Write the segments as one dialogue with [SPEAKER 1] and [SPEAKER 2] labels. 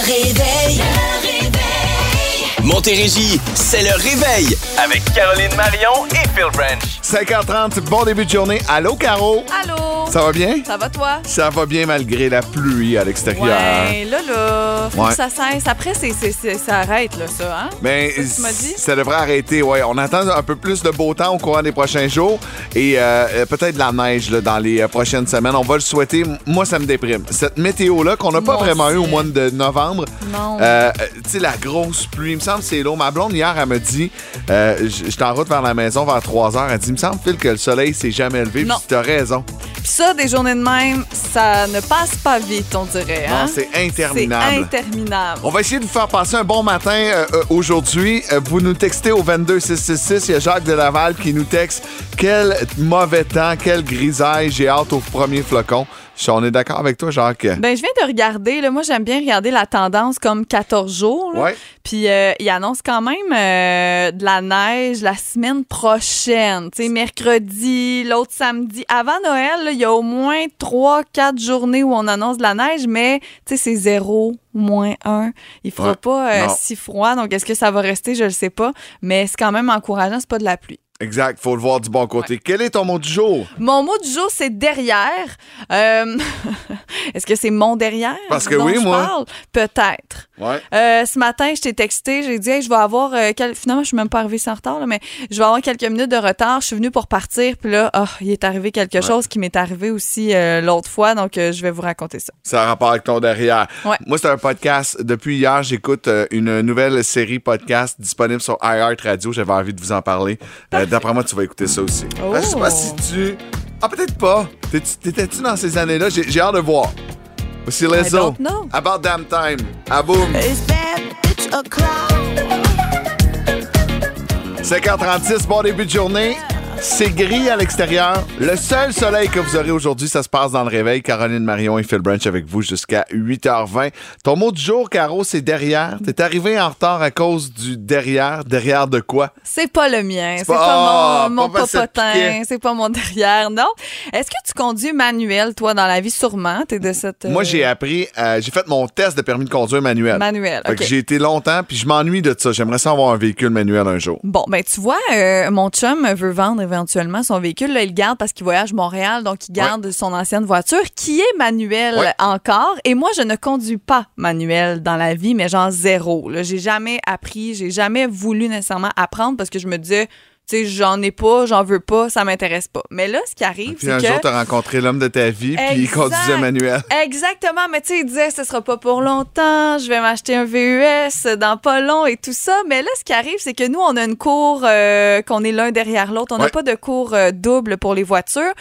[SPEAKER 1] réveil.
[SPEAKER 2] Montérégie, c'est le réveil avec Caroline Marion et Phil Branch.
[SPEAKER 3] 5h30, bon début de journée. Allô, Caro?
[SPEAKER 4] Allô?
[SPEAKER 3] Ça va bien?
[SPEAKER 4] Ça va, toi?
[SPEAKER 3] Ça va bien malgré la pluie à l'extérieur.
[SPEAKER 4] Ouais, là, faut
[SPEAKER 3] Ouais.
[SPEAKER 4] que ça cesse. Après, ça arrête, là, ça, hein?
[SPEAKER 3] Ben,
[SPEAKER 4] C'est ce que tu m'as dit?
[SPEAKER 3] ça devrait arrêter, ouais. On attend un peu plus de beau temps au courant des prochains jours et peut-être de la neige là, dans les prochaines semaines. On va le souhaiter. Moi, ça me déprime. Cette météo-là qu'on n'a pas
[SPEAKER 4] Moi
[SPEAKER 3] vraiment
[SPEAKER 4] aussi.
[SPEAKER 3] eu au mois de novembre.
[SPEAKER 4] Non.
[SPEAKER 3] Tu sais, la grosse pluie, il me semble que c'est lourd. Ma blonde, hier, elle me dit, j'étais en route vers la maison vers 3h. Elle dit, il me semble, Phil, que le soleil s'est jamais levé.
[SPEAKER 4] Non.
[SPEAKER 3] Puis tu as raison.
[SPEAKER 4] Puis ça, des journées de même, ça ne passe pas vite, on dirait, hein?
[SPEAKER 3] Non, c'est interminable.
[SPEAKER 4] C'est interminable.
[SPEAKER 3] On va essayer de vous faire passer un bon matin aujourd'hui. Vous nous textez au 22666. Il y a Jacques de Laval qui nous texte « Quel mauvais temps, quelle grisaille. J'ai hâte au premier flocon. » On est d'accord avec toi, Jacques?
[SPEAKER 4] Ben, je viens de regarder, là, moi, j'aime bien regarder la tendance comme 14 jours. Là.
[SPEAKER 3] Ouais.
[SPEAKER 4] Puis, il annonce quand même de la neige la semaine prochaine. Tu sais, mercredi, l'autre samedi. Avant Noël, il y a au moins 3-4 journées où on annonce de la neige, mais, tu sais, c'est 0, -1. Il fera
[SPEAKER 3] Ouais.
[SPEAKER 4] pas
[SPEAKER 3] Non.
[SPEAKER 4] si froid. Donc, est-ce que ça va rester? Je le sais pas. Mais c'est quand même encourageant. C'est pas de la pluie.
[SPEAKER 3] Exact, faut le voir du bon côté. Quel est ton mot du jour?
[SPEAKER 4] Mon mot du jour, c'est derrière. Est-ce que c'est mon derrière?
[SPEAKER 3] Parce que
[SPEAKER 4] dont
[SPEAKER 3] oui,
[SPEAKER 4] je
[SPEAKER 3] moi.
[SPEAKER 4] parle? Peut-être.
[SPEAKER 3] Ouais.
[SPEAKER 4] Ce matin, je t'ai texté, j'ai dit, hey, je vais avoir. Finalement, je suis même pas arrivée sans retard, là, mais je vais avoir quelques minutes de retard. Je suis venue pour partir, puis là, il est arrivé quelque chose qui m'est arrivé aussi l'autre fois, donc je vais vous raconter ça.
[SPEAKER 3] Ça a rapport avec ton derrière.
[SPEAKER 4] Ouais.
[SPEAKER 3] Moi, c'est un podcast. Depuis hier, j'écoute une nouvelle série podcast disponible sur iHeartRadio. J'avais envie de vous en parler. D'après moi, tu vas écouter ça aussi.
[SPEAKER 4] Oh.
[SPEAKER 3] Je sais pas si tu... Ah, peut-être pas. T'étais-tu dans ces années-là? J'ai hâte de voir. Voici Lizzo.
[SPEAKER 4] don't know.
[SPEAKER 3] About Damn Time. À boum. 5h36, bon début de journée. C'est gris à l'extérieur. Le seul soleil que vous aurez aujourd'hui, ça se passe dans le réveil. Caroline Marion et Phil Branch avec vous jusqu'à 8h20. Ton mot du jour, Caro, c'est derrière. T'es arrivé en retard à cause du derrière. Derrière de quoi?
[SPEAKER 4] C'est pas le mien. C'est
[SPEAKER 3] pas-
[SPEAKER 4] pas mon
[SPEAKER 3] pas facile de
[SPEAKER 4] popotin.
[SPEAKER 3] piquer.
[SPEAKER 4] C'est pas mon derrière, non. Est-ce que tu conduis manuel, toi, dans la vie? Sûrement. T'es de cette.
[SPEAKER 3] Moi, j'ai appris, j'ai fait mon test de permis de conduire manuel.
[SPEAKER 4] Manuel,
[SPEAKER 3] Fait
[SPEAKER 4] OK.
[SPEAKER 3] que j'ai été longtemps, puis je m'ennuie de ça. J'aimerais ça avoir un véhicule manuel un jour.
[SPEAKER 4] Bon, ben tu vois, mon chum veut vendre éventuellement son véhicule. Là, il le garde parce qu'il voyage Montréal, donc il garde son ancienne voiture qui est manuelle encore. Et moi, je ne conduis pas manuel dans la vie, mais genre zéro. Là, j'ai jamais appris, j'ai jamais voulu nécessairement apprendre parce que je me disais, tu sais, j'en ai pas, j'en veux pas, ça m'intéresse pas. Mais là, ce qui arrive,
[SPEAKER 3] Puis
[SPEAKER 4] c'est
[SPEAKER 3] un
[SPEAKER 4] que...
[SPEAKER 3] jour, t'as rencontré l'homme de ta vie, puis il
[SPEAKER 4] Exact.
[SPEAKER 3] conduisait manuel.
[SPEAKER 4] Exactement, mais tu sais, il disait, ce sera pas pour longtemps, je vais m'acheter un VUS dans pas long et tout ça. Mais là, ce qui arrive, c'est que nous, on a une cour qu'on est l'un derrière l'autre. On n'a pas de cour double pour les voitures.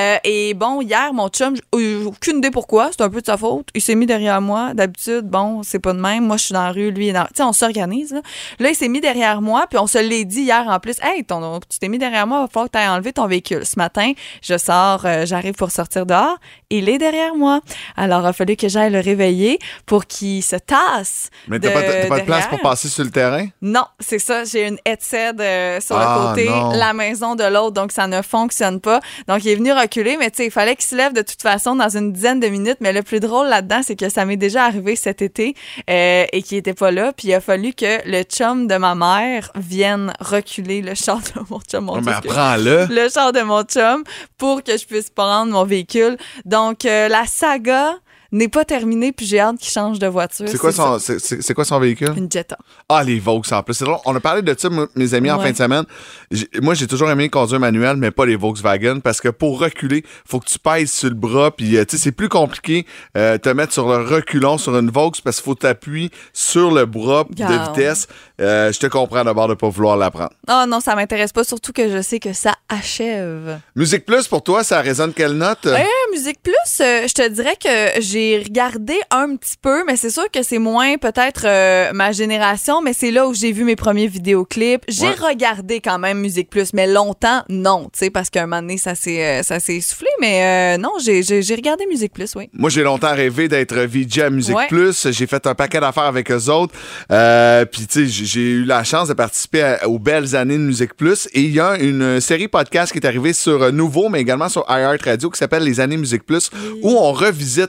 [SPEAKER 4] Et bon, hier, mon chum, j'ai aucune idée pourquoi, c'est un peu de sa faute. Il s'est mis derrière moi. D'habitude, bon, c'est pas de même. Moi, je suis dans la rue, lui, il est dans... Tu sais, on s'organise, là. Là, il s'est mis derrière moi, puis on se l'est dit hier en plus. Hey, tu t'es mis derrière moi, il va falloir que tu ailles enlever ton véhicule. Ce matin, je sors, j'arrive pour sortir dehors, il est derrière moi. Alors, il a fallu que j'aille le réveiller pour qu'il se tasse.
[SPEAKER 3] Mais t'as pas de place pour passer sur le terrain?
[SPEAKER 4] Non, c'est ça. J'ai une headset sur le
[SPEAKER 3] Ah,
[SPEAKER 4] côté,
[SPEAKER 3] non.
[SPEAKER 4] la maison de l'autre, donc ça ne fonctionne pas. Donc, il est venu reculer, mais tu sais, il fallait qu'il se lève de toute façon dans une dizaine de minutes. Mais le plus drôle là-dedans, c'est que ça m'est déjà arrivé cet été et qu'il était pas là. Puis, il a fallu que le chum de ma mère vienne reculer le char de mon chum. Mon
[SPEAKER 3] Mais
[SPEAKER 4] Dieu,
[SPEAKER 3] apprends-le.
[SPEAKER 4] le char de mon chum pour que je puisse prendre mon véhicule. Donc, la saga n'est pas terminée, puis j'ai hâte qu'il change de voiture.
[SPEAKER 3] C'est quoi son véhicule?
[SPEAKER 4] Une Jetta.
[SPEAKER 3] Ah, les Vaux en plus. C'est drôle. On a parlé de ça, mes amis, en
[SPEAKER 4] Ouais.
[SPEAKER 3] fin de semaine. Moi, j'ai toujours aimé conduire manuel, mais pas les Volkswagen, parce que pour reculer, faut que tu pèses sur le bras, puis tu sais, c'est plus compliqué te mettre sur le reculon sur une Vaux, parce qu'il faut t'appuyer sur le bras de
[SPEAKER 4] Regarde.
[SPEAKER 3] vitesse. Je te comprends d'abord de pas vouloir l'apprendre.
[SPEAKER 4] Oh non, ça m'intéresse pas, surtout que je sais que ça achève.
[SPEAKER 3] Musique Plus, pour toi, ça résonne quelle note?
[SPEAKER 4] Musique Plus, je te dirais que j'ai regardé un petit peu, mais c'est sûr que c'est moins peut-être ma génération, mais c'est là où j'ai vu mes premiers vidéoclips. J'ai regardé quand même Musique Plus, mais longtemps, non, tu sais, parce qu'à un moment donné, ça s'est essoufflé, mais non, j'ai regardé Musique Plus, oui.
[SPEAKER 3] Moi, j'ai longtemps rêvé d'être VJ à Musique
[SPEAKER 4] Ouais.
[SPEAKER 3] Plus. J'ai fait un paquet d'affaires avec eux autres. Puis, tu sais, j'ai eu la chance de participer aux belles années de Musique Plus. Et il y a une série podcast qui est arrivée sur Nouveau, mais également sur iHeartRadio, qui s'appelle Les années Musique Plus, où on revisite. Puis,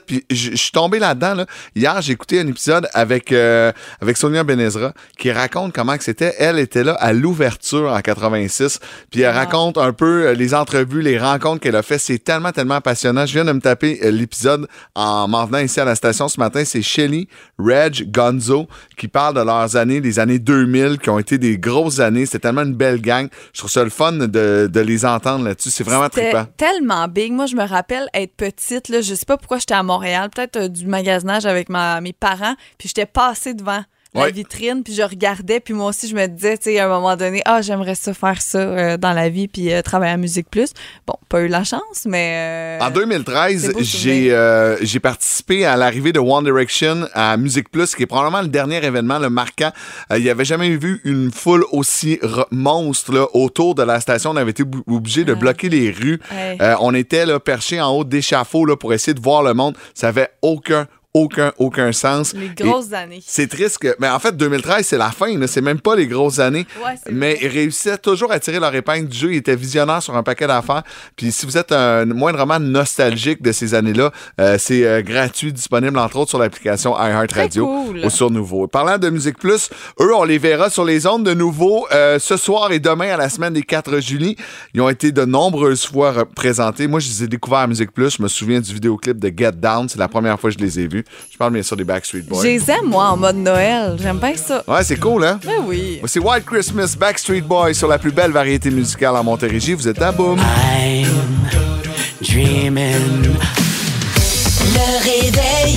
[SPEAKER 3] je suis tombé là-dedans. Là. Hier, j'ai écouté un épisode avec Sonia Benezra qui raconte comment que c'était. Elle était là à l'ouverture en 86. Puis elle raconte un peu les entrevues, les rencontres qu'elle a fait. C'est tellement, tellement passionnant. Je viens de me taper l'épisode en m'en venant ici à la station ce matin. C'est Shelly, Reg, Gonzo qui parlent de leurs années, des années 2000 qui ont été des grosses années. C'était tellement une belle gang. Je trouve ça le fun de les entendre là-dessus. C'est vraiment trippant.
[SPEAKER 4] Tellement big. Moi, je me rappelle être petite. Là, je sais pas pourquoi j'étais à Montréal. Peut-être du magasinage avec mes parents. Puis j'étais passée devant la vitrine, puis je regardais, puis moi aussi, je me disais, tu sais, à un moment donné, j'aimerais ça faire ça dans la vie, puis travailler à Musique Plus. Bon, pas eu la chance, mais...
[SPEAKER 3] en 2013, j'ai participé à l'arrivée de One Direction à Musique Plus, qui est probablement le dernier événement le marquant. Il n'y avait jamais vu une foule aussi monstre là, autour de la station. On avait été obligé de bloquer les rues. On était là, perchés en haut d'échafauds là, pour essayer de voir le monde. Ça n'avait aucun sens.
[SPEAKER 4] Les grosses années.
[SPEAKER 3] C'est triste que... Mais en fait, 2013, c'est la fin. Là. C'est même pas les grosses années.
[SPEAKER 4] Ouais,
[SPEAKER 3] mais ils réussissaient toujours à tirer leur épingle du jeu. Ils étaient visionnaires sur un paquet d'affaires. Puis si vous êtes moindrement nostalgique de ces années-là, c'est gratuit, disponible entre autres sur l'application iHeartRadio
[SPEAKER 4] cool.
[SPEAKER 3] ou sur Nouveau. Parlant de Musique Plus, eux, on les verra sur les ondes de Nouveau ce soir et demain à la semaine des 4 juillet. Ils ont été de nombreuses fois représentés. Moi, je les ai découverts à Musique Plus. Je me souviens du vidéoclip de Get Down. C'est la première fois que je les ai vus. Je parle bien sûr des Backstreet Boys.
[SPEAKER 4] Je les aime, moi, en mode Noël. J'aime bien ça.
[SPEAKER 3] Ouais, c'est cool, hein?
[SPEAKER 4] Ben oui.
[SPEAKER 3] C'est White Christmas, Backstreet Boys sur la plus belle variété musicale en Montérégie. Vous êtes à Boom.
[SPEAKER 1] I'm dreaming. Le réveil.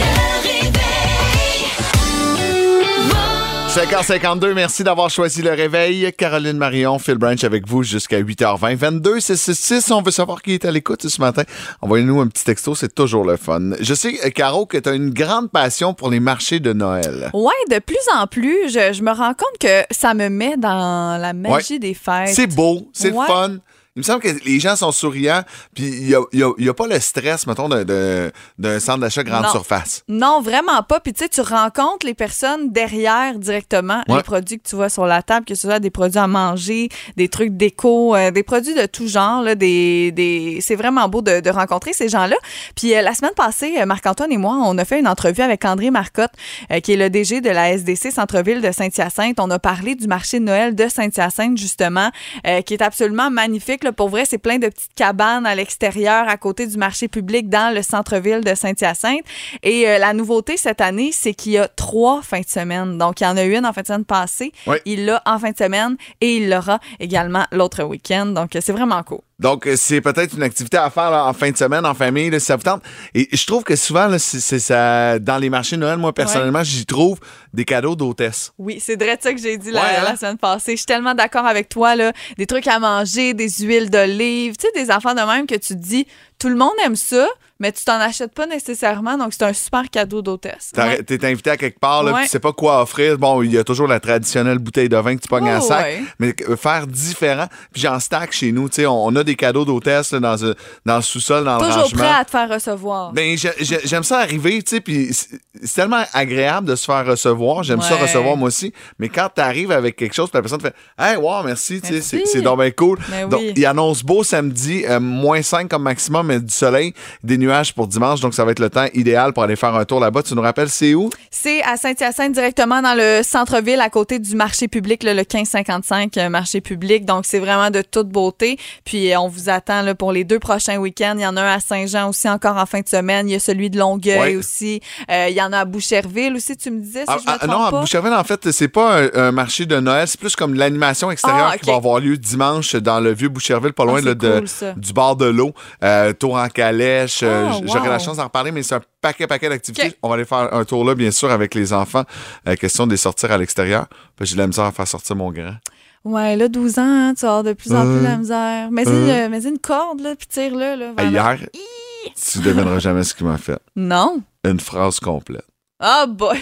[SPEAKER 3] 5h52, merci d'avoir choisi le réveil. Caroline Marion, Phil Branch avec vous jusqu'à 8h20. 22-666, on veut savoir qui est à l'écoute ce matin. Envoyez-nous un petit texto, c'est toujours le fun. Je sais, Caro, que tu as une grande passion pour les marchés de Noël.
[SPEAKER 4] Ouais, de plus en plus, je me rends compte que ça me met dans la magie des fêtes.
[SPEAKER 3] C'est beau, c'est le fun. Il me semble que les gens sont souriants, puis il n'y a pas le stress, mettons, d'un centre d'achat grande surface.
[SPEAKER 4] Non, vraiment pas. Puis tu sais, tu rencontres les personnes derrière directement les produits que tu vois sur la table, que ce soit des produits à manger, des trucs déco, des produits de tout genre. Là, c'est vraiment beau de rencontrer ces gens-là. Puis la semaine passée, Marc-Antoine et moi, on a fait une entrevue avec André Marcotte, qui est le DG de la SDC Centre-Ville de Saint-Hyacinthe. On a parlé du marché de Noël de Saint-Hyacinthe, justement, qui est absolument magnifique. Là, pour vrai, c'est plein de petites cabanes à l'extérieur, à côté du marché public, dans le centre-ville de Saint-Hyacinthe. Et la nouveauté cette année, c'est qu'il y a 3 fins de semaine. Donc, il y en a une en fin de semaine passée. Oui. Il l'a en fin de semaine et il l'aura également l'autre week-end. Donc, c'est vraiment cool.
[SPEAKER 3] Donc, c'est peut-être une activité à faire là, en fin de semaine, en famille, là, si ça vous tente. Et je trouve que souvent, là, c'est ça, dans les marchés de Noël, moi, personnellement, j'y trouve des cadeaux d'hôtesse.
[SPEAKER 4] Oui, c'est vrai de ça que j'ai dit la semaine passée. Je suis tellement d'accord avec toi. Là. Des trucs à manger, des huiles d'olive, tu sais, des affaires de même que tu te dis, tout le monde aime ça, mais tu t'en achètes pas nécessairement, donc c'est un super cadeau d'hôtesse.
[SPEAKER 3] T'es invité à quelque part, là, tu sais pas quoi offrir. Bon, il y a toujours la traditionnelle bouteille de vin que tu pognes en sac, mais faire différent. Puis j'en stack chez nous, tu sais, on a des cadeaux d'hôtesse là, dans le sous-sol, dans le rangement.
[SPEAKER 4] Toujours prêt à te faire recevoir.
[SPEAKER 3] Ben, j'aime ça arriver, tu sais, puis c'est tellement agréable de se faire recevoir. J'aime ça recevoir moi aussi. Mais quand t'arrives avec quelque chose, puis la personne te fait « Hey, wow, merci, tu sais, c'est donc bien cool. » Donc, il annonce beau samedi, -5 comme maximum, mais du soleil, des nuages pour dimanche, donc ça va être le temps idéal pour aller faire un tour là-bas. Tu nous rappelles, c'est où? C'est
[SPEAKER 4] à Saint-Hyacinthe, directement dans le centre-ville, à côté du marché public, là, le 1555 marché public. Donc, c'est vraiment de toute beauté. Puis, on vous attend là, pour les 2 prochains week-ends. Il y en a un à Saint-Jean aussi, encore en fin de semaine. Il y a celui de Longueuil aussi. Il y en a à Boucherville aussi, tu me disais, si je me trompe
[SPEAKER 3] non,
[SPEAKER 4] pas.
[SPEAKER 3] à Boucherville, en fait, c'est pas un marché de Noël. C'est plus comme l'animation extérieure qui va avoir lieu dimanche dans le vieux Boucherville, pas loin du bord de l'eau. Tour en calèche. J'aurai la chance d'en reparler, mais c'est un paquet d'activités. Okay. On va aller faire un tour là, bien sûr, avec les enfants. Question de les sortir à l'extérieur. J'ai de la misère à faire sortir mon grand.
[SPEAKER 4] Ouais, là, 12 ans, hein, tu vas avoir de plus en plus la misère. Mais une corde, là, puis tire-le. Là,
[SPEAKER 3] hier, tu ne devineras jamais ce qu'il m'a fait.
[SPEAKER 4] Non.
[SPEAKER 3] Une phrase complète.
[SPEAKER 4] Oh boy!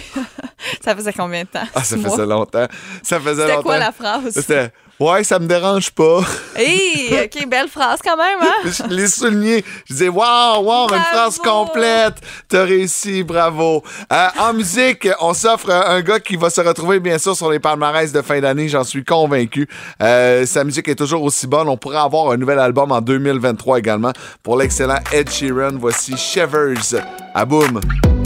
[SPEAKER 4] Ça faisait combien de temps?
[SPEAKER 3] Ça faisait longtemps.
[SPEAKER 4] C'était quoi la phrase?
[SPEAKER 3] C'était « Ouais, ça me dérange pas. »
[SPEAKER 4] Hey, OK, belle phrase quand même, hein?
[SPEAKER 3] Je l'ai souligné. Je disais « Wow, une phrase complète. T'as réussi, bravo. » En musique, on s'offre un gars qui va se retrouver, bien sûr, sur les palmarès de fin d'année. J'en suis convaincu. Sa musique est toujours aussi bonne. On pourrait avoir un nouvel album en 2023 également. Pour l'excellent Ed Sheeran, voici Shivers à Boom.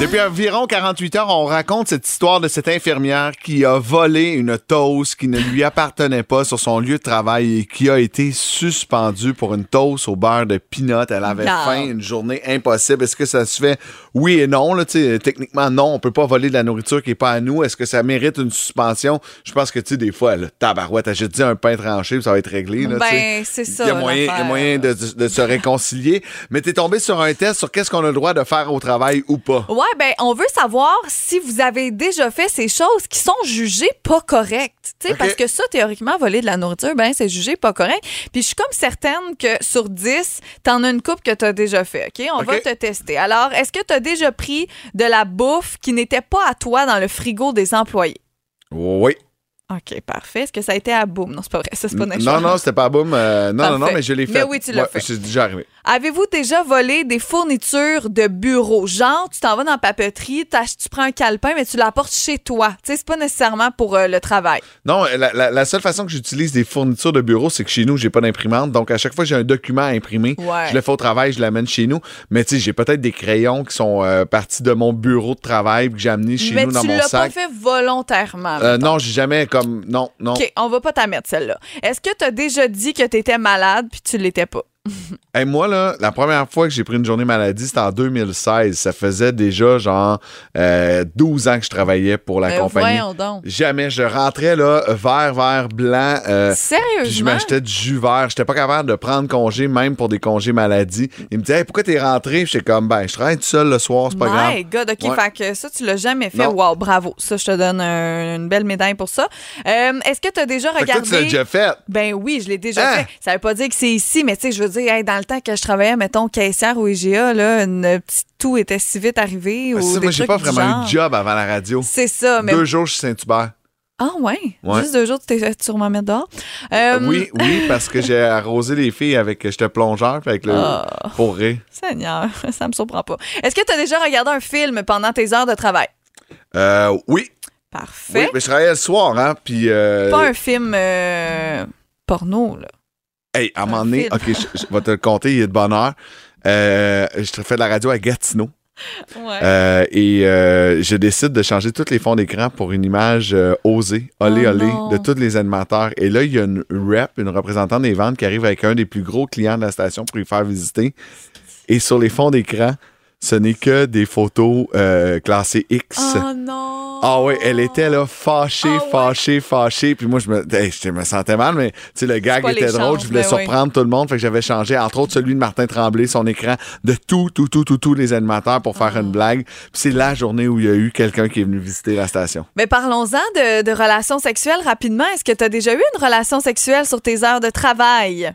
[SPEAKER 3] Depuis environ 48 heures, on raconte cette histoire de cette infirmière qui a volé une toast qui ne lui appartenait pas sur son lieu de travail et qui a été suspendue pour une toast au beurre de peanut. Elle avait faim, une journée impossible. Est-ce que ça se fait? Oui et non. Là, techniquement, non. On peut pas voler de la nourriture qui n'est pas à nous. Est-ce que ça mérite une suspension? Je pense que des fois, là, tabarouette, achète un pain tranché, ça va être réglé. Là,
[SPEAKER 4] c'est ça.
[SPEAKER 3] Il y a moyen de se réconcilier. Mais t'es tombé sur un test sur qu'est-ce qu'on a le droit de faire au travail ou pas.
[SPEAKER 4] Ouais, on veut savoir si vous avez déjà fait ces choses qui sont jugées pas correctes. Okay. Parce que ça, théoriquement, voler de la nourriture, c'est jugé pas correct. Puis je suis comme certaine que sur 10, t'en as une couple que t'as déjà fait. OK? On va te tester. Alors, est-ce que t'as déjà pris de la bouffe qui n'était pas à toi dans le frigo des employés?
[SPEAKER 3] Oui.
[SPEAKER 4] OK, parfait. Est-ce que ça a été à boum? Non, c'est pas vrai. Ça, c'est pas naturel.
[SPEAKER 3] Non, c'était pas à boum. Non, mais je l'ai fait.
[SPEAKER 4] Mais oui, tu l'as fait.
[SPEAKER 3] C'est déjà arrivé.
[SPEAKER 4] Avez-vous déjà volé des fournitures de bureau? Genre, tu t'en vas dans la papeterie, tu prends un calepin, mais tu l'apportes chez toi. Tu sais, c'est pas nécessairement pour le travail.
[SPEAKER 3] Non, la seule façon que j'utilise des fournitures de bureau, c'est que chez nous, j'ai pas d'imprimante. Donc, à chaque fois que j'ai un document à imprimer, je le fais au travail, je l'amène chez nous. Mais tu sais, j'ai peut-être des crayons qui sont partis de mon bureau de travail que j'ai amené chez nous dans mon sac.
[SPEAKER 4] Mais tu l'as pas fait volontairement.
[SPEAKER 3] Non, j'ai jamais comme... Non.
[SPEAKER 4] OK, on va pas t'en mettre celle-là. Est-ce que tu as déjà dit que tu étais malade puis tu l'étais pas?
[SPEAKER 3] Hey, moi, là, la première fois que j'ai pris une journée maladie, c'était en 2016. Ça faisait déjà, 12 ans que je travaillais pour la compagnie.
[SPEAKER 4] Voyons donc.
[SPEAKER 3] Jamais. Je rentrais, là, vert, blanc.
[SPEAKER 4] Sérieusement?
[SPEAKER 3] Puis je m'achetais du jus vert. J'étais pas capable de prendre congé, même pour des congés maladie. Il me disait, hey, pourquoi t'es rentré? J'étais comme, je travaille tout seul le soir, c'est pas grave.
[SPEAKER 4] My God, OK, fait que ça, tu l'as jamais fait. Wow, bravo. Ça, je te donne une belle médaille pour ça. Est-ce que tu as déjà regardé...
[SPEAKER 3] Toi, tu l'as déjà fait?
[SPEAKER 4] Ben oui, je l'ai déjà fait. Ça veut pas dire que c'est ici, mais tu sais, je veux dire, dans le temps que je travaillais, mettons, caissière au IGA, là, une petite toux était si vite arrivée.
[SPEAKER 3] Moi, j'ai pas vraiment eu de job avant la radio.
[SPEAKER 4] C'est ça. Mais...
[SPEAKER 3] 2 jours, je suis Saint-Hubert.
[SPEAKER 4] Ah ouais? Juste 2 jours, tu t'es fait sûrement mettre dehors?
[SPEAKER 3] Oui, parce que j'ai arrosé les filles avec... J'étais plongeur, avec le fourré.
[SPEAKER 4] Seigneur, ça me surprend pas. Est-ce que tu as déjà regardé un film pendant tes heures de travail?
[SPEAKER 3] Oui.
[SPEAKER 4] Parfait.
[SPEAKER 3] Oui, mais je travaillais le soir, hein, puis...
[SPEAKER 4] Pas un film porno, là.
[SPEAKER 3] Hey, à un moment donné, OK, je vais te le compter, il est de bonne heure. Je fais de la radio à Gatineau.
[SPEAKER 4] Ouais.
[SPEAKER 3] Je décide de changer tous les fonds d'écran pour une image osée, olé, de tous les animateurs. Et là, il y a une représentante des ventes qui arrive avec un des plus gros clients de la station pour lui faire visiter. Et sur les fonds d'écran, ce n'est que des photos classées X.
[SPEAKER 4] Oh non!
[SPEAKER 3] Ah oui, elle était là fâchée. Puis moi, je me sentais mal, mais le gag était drôle. Je voulais surprendre tout le monde. Fait que j'avais changé, entre autres, celui de Martin Tremblay, son écran, de tous les animateurs pour faire une blague. Puis c'est la journée où il y a eu quelqu'un qui est venu visiter la station.
[SPEAKER 4] Mais parlons-en de relations sexuelles rapidement. Est-ce que tu as déjà eu une relation sexuelle sur tes heures de travail?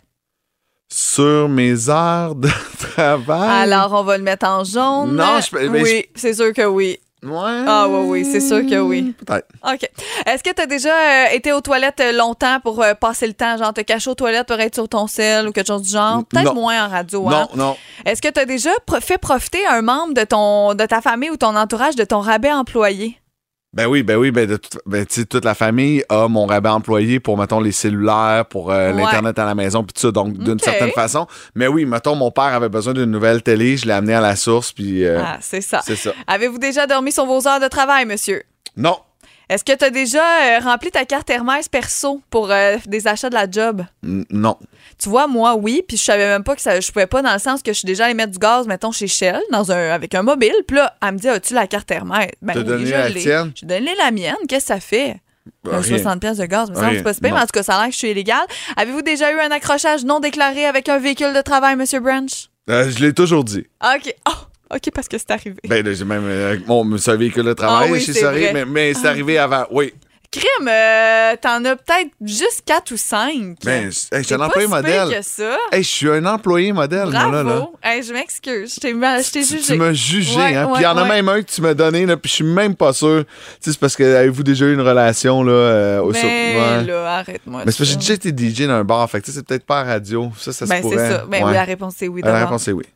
[SPEAKER 3] Sur mes heures de travail?
[SPEAKER 4] Alors, on va le mettre en jaune.
[SPEAKER 3] Non,
[SPEAKER 4] c'est sûr que oui.
[SPEAKER 3] Ouais.
[SPEAKER 4] Ah oui, c'est sûr que oui.
[SPEAKER 3] Peut-être.
[SPEAKER 4] OK. Est-ce que tu as déjà été aux toilettes longtemps pour passer le temps, genre te cacher aux toilettes pour être sur ton cell ou quelque chose du genre? Peut-être moins en radio, hein?
[SPEAKER 3] Non.
[SPEAKER 4] Est-ce que tu as déjà fait profiter un membre de ta famille ou ton entourage de ton rabais employé?
[SPEAKER 3] Ben oui, toute la famille a mon rabais employé pour, mettons, les cellulaires, pour l'Internet à la maison, puis tout ça, donc d'une certaine façon. Mais oui, mettons, mon père avait besoin d'une nouvelle télé, je l'ai amené à la source, puis...
[SPEAKER 4] c'est ça. Avez-vous déjà dormi sur vos heures de travail, monsieur?
[SPEAKER 3] Non.
[SPEAKER 4] Est-ce que tu as déjà rempli ta carte Hermès perso pour des achats de la job?
[SPEAKER 3] Non.
[SPEAKER 4] Tu vois, moi, oui, puis je savais même pas que je pouvais pas, dans le sens que je suis déjà allée mettre du gaz, mettons, chez Shell, avec un mobile. Puis là, elle me dit, as-tu la carte Hermès?
[SPEAKER 3] T'as donné la tienne?
[SPEAKER 4] J'ai donné la mienne. Qu'est-ce que ça fait? 60 pièces de gaz, mais ça, c'est pas super, mais en tout cas, ça a l'air que je suis illégale. Avez-vous déjà eu un accrochage non déclaré avec un véhicule de travail, M. Branch?
[SPEAKER 3] Je l'ai toujours dit.
[SPEAKER 4] OK. OK, parce que c'est arrivé.
[SPEAKER 3] J'ai même avec mon véhicule de travail, mais c'est arrivé avant, oui.
[SPEAKER 4] Crime, t'en as peut-être juste 4 ou 5.
[SPEAKER 3] Je suis un employé modèle.
[SPEAKER 4] Que ça.
[SPEAKER 3] Je suis un employé modèle.
[SPEAKER 4] Bravo.
[SPEAKER 3] Moi, là.
[SPEAKER 4] Je m'excuse. Je t'ai jugé.
[SPEAKER 3] Tu m'as jugé, hein? Puis il y en a même un que tu m'as donné, là, puis je suis même pas sûr. C'est parce que avez-vous déjà eu une relation, là?
[SPEAKER 4] Là, arrête-moi.
[SPEAKER 3] Mais c'est parce que j'ai déjà été DJ dans un bar, fait que c'est peut-être pas à radio. Ça se pourrait.
[SPEAKER 4] C'est ça. Oui, la réponse c'est oui.
[SPEAKER 3] La réponse c'est oui.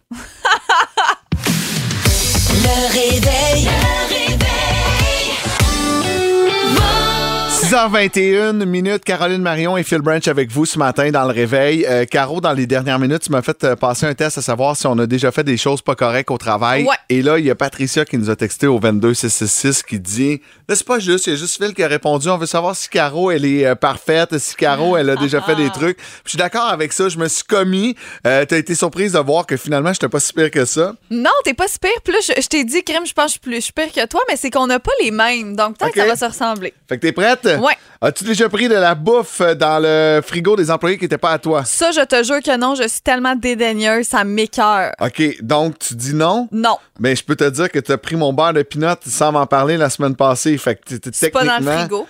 [SPEAKER 1] Le réveil.
[SPEAKER 3] 6h21, Caroline Marion et Phil Branch avec vous ce matin dans le réveil. Caro, dans les dernières minutes, tu m'as fait passer un test à savoir si on a déjà fait des choses pas correctes au travail.
[SPEAKER 4] Ouais.
[SPEAKER 3] Et là, il y a Patricia qui nous a texté au 22666 qui dit « Là, c'est pas juste, il y a juste Phil qui a répondu. On veut savoir si Caro, elle est parfaite, si Caro, elle a déjà fait des trucs. » Puis je suis d'accord avec ça. Je me suis commis. T'as été surprise de voir que finalement, j'étais pas si pire que ça.
[SPEAKER 4] Non, t'es pas si pire. Puis là, je t'ai dit, Crème, je pense que je suis pire que toi, mais c'est qu'on n'a pas les mêmes. Donc, peut-être que ça va se ressembler.
[SPEAKER 3] Fait que t'es prête?
[SPEAKER 4] Ouais.
[SPEAKER 3] As-tu déjà pris de la bouffe dans le frigo des employés qui n'étaient pas à toi?
[SPEAKER 4] Ça, je te jure que non. Je suis tellement dédaigneuse, ça m'écoeure.
[SPEAKER 3] OK, donc tu dis non?
[SPEAKER 4] Non.
[SPEAKER 3] Mais je peux te dire que tu as pris mon beurre de peanut sans m'en parler la semaine passée. Fait que
[SPEAKER 4] C'est pas dans le frigo.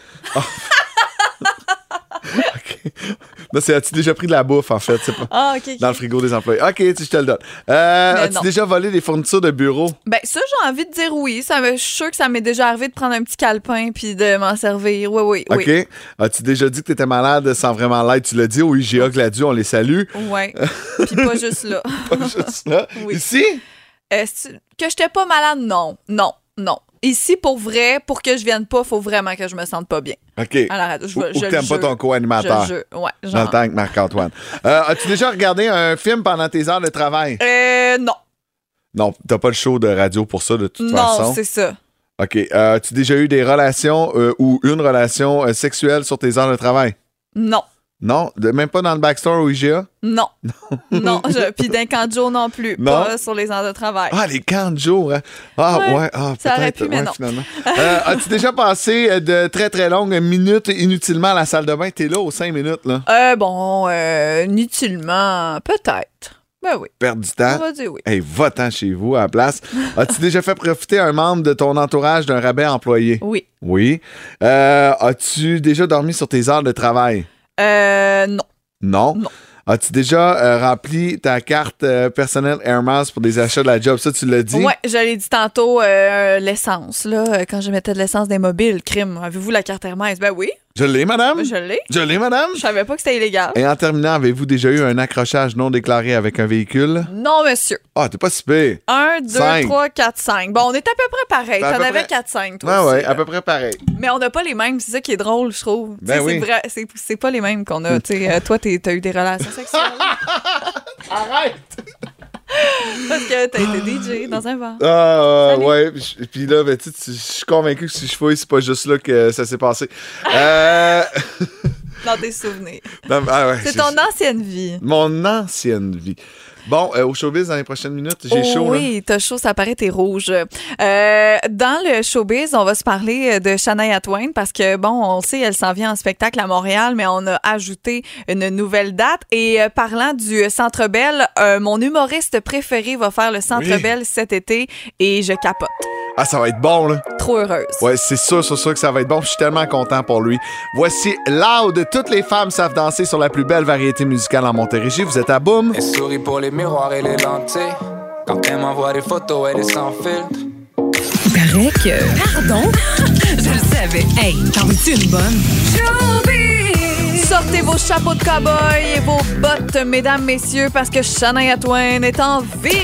[SPEAKER 3] OK. Là, as-tu déjà pris de la bouffe, en fait? C'est pas
[SPEAKER 4] OK.
[SPEAKER 3] dans le frigo des employés. OK, je te le donne. As-tu déjà volé des fournitures de bureau?
[SPEAKER 4] Ben ça, j'ai envie de dire oui. Je suis sûre que ça m'est déjà arrivé de prendre un petit calepin puis de m'en servir. Oui.
[SPEAKER 3] OK. As-tu déjà dit que tu étais malade sans vraiment l'être? Tu l'as dit au IGA Gladu, on les salue.
[SPEAKER 4] Oui. Puis pas juste là.
[SPEAKER 3] Pas juste là.
[SPEAKER 4] Oui.
[SPEAKER 3] Ici?
[SPEAKER 4] Que j'étais pas malade, non. Ici, pour vrai, pour que je vienne pas, faut vraiment que je me sente pas bien.
[SPEAKER 3] OK.
[SPEAKER 4] Alors,
[SPEAKER 3] Ou que t'aimes pas ton co-animateur.
[SPEAKER 4] Ouais,
[SPEAKER 3] Dans le temps avec Marc-Antoine. As-tu déjà regardé un film pendant tes heures de travail?
[SPEAKER 4] Non.
[SPEAKER 3] Non, t'as pas le show de radio pour ça, de toute façon.
[SPEAKER 4] Non, c'est ça.
[SPEAKER 3] OK. As-tu déjà eu des relations ou une relation sexuelle sur tes heures de travail?
[SPEAKER 4] Non.
[SPEAKER 3] Non? Même pas dans le backstore au IGA?
[SPEAKER 4] Non. Puis d'un camp de jour non plus.
[SPEAKER 3] Non?
[SPEAKER 4] Pas sur les heures de travail.
[SPEAKER 3] Ah, les camps de jour, hein? Ah, ouais. Ah,
[SPEAKER 4] ça aurait
[SPEAKER 3] peut-être,
[SPEAKER 4] pu, mais non.
[SPEAKER 3] Finalement. As-tu déjà passé de très, très longues minutes inutilement à la salle de bain? T'es là aux 5 minutes, là.
[SPEAKER 4] Inutilement, peut-être. Ben oui.
[SPEAKER 3] Perdre du temps?
[SPEAKER 4] On va dire oui.
[SPEAKER 3] Hey, va-t'en chez vous à la place. As-tu déjà fait profiter un membre de ton entourage d'un rabais employé?
[SPEAKER 4] Oui.
[SPEAKER 3] Oui. As-tu déjà dormi sur tes heures de travail?
[SPEAKER 4] Non.
[SPEAKER 3] Non. As-tu déjà rempli ta carte personnelle Air Miles pour des achats de la job? Ça, tu l'as dit?
[SPEAKER 4] Oui, je l'ai dit tantôt, l'essence, là, quand je mettais de l'essence des mobiles, crime. Avez-vous la carte Air Miles? Ben oui.
[SPEAKER 3] Je l'ai, madame?
[SPEAKER 4] Je l'ai.
[SPEAKER 3] Je l'ai, madame?
[SPEAKER 4] Je savais pas que c'était illégal.
[SPEAKER 3] Et en terminant, avez-vous déjà eu un accrochage non déclaré avec un véhicule?
[SPEAKER 4] Non, monsieur.
[SPEAKER 3] Ah, t'es pas si pire.
[SPEAKER 4] 1, 2, 3, 4, 5. Bon, on est à peu près pareil.
[SPEAKER 3] Ben,
[SPEAKER 4] T'en avais 4, 5, toi
[SPEAKER 3] Ah
[SPEAKER 4] aussi.
[SPEAKER 3] ouais, à peu près pareil.
[SPEAKER 4] Mais on n'a pas les mêmes. C'est ça qui est drôle, je trouve.
[SPEAKER 3] Ben oui.
[SPEAKER 4] C'est vrai, c'est pas les mêmes qu'on a. Toi, t'as eu des relations sexuelles.
[SPEAKER 3] Arrête!
[SPEAKER 4] Parce que t'as été DJ dans un bar.
[SPEAKER 3] Ah, ouais. Puis là, ben, je suis convaincu que si je fouille, c'est pas juste là que ça s'est passé.
[SPEAKER 4] Dans tes souvenirs.
[SPEAKER 3] Non, ouais,
[SPEAKER 4] c'est ton ancienne vie.
[SPEAKER 3] Mon ancienne vie. Bon, au showbiz, dans les prochaines minutes, j'ai chaud.
[SPEAKER 4] Oui, t'as chaud, ça paraît, t'es rouge. Dans le showbiz, on va se parler de Shania Twain parce que, bon, on sait, elle s'en vient en spectacle à Montréal, mais on a ajouté une nouvelle date. Et parlant du Centre Bell, mon humoriste préféré va faire le Centre Bell cet été et je capote.
[SPEAKER 3] Ah, ça va être bon, là.
[SPEAKER 4] Trop heureuse.
[SPEAKER 3] Ouais, c'est sûr que ça va être bon. Je suis tellement content pour lui. Voici Loud. Toutes les femmes savent danser sur la plus belle variété musicale en Montérégie. Vous êtes à Boom.
[SPEAKER 5] Elle sourit pour les miroirs et les lentilles. Quand elle m'envoie des photos, elle est sans filtre.
[SPEAKER 6] Il paraît que... Pardon? Je le savais. Hey, t'en veux-tu une bonne?
[SPEAKER 4] Sortez vos chapeaux de cow-boy et vos bottes, mesdames, messieurs, parce que Shania Twain est en ville.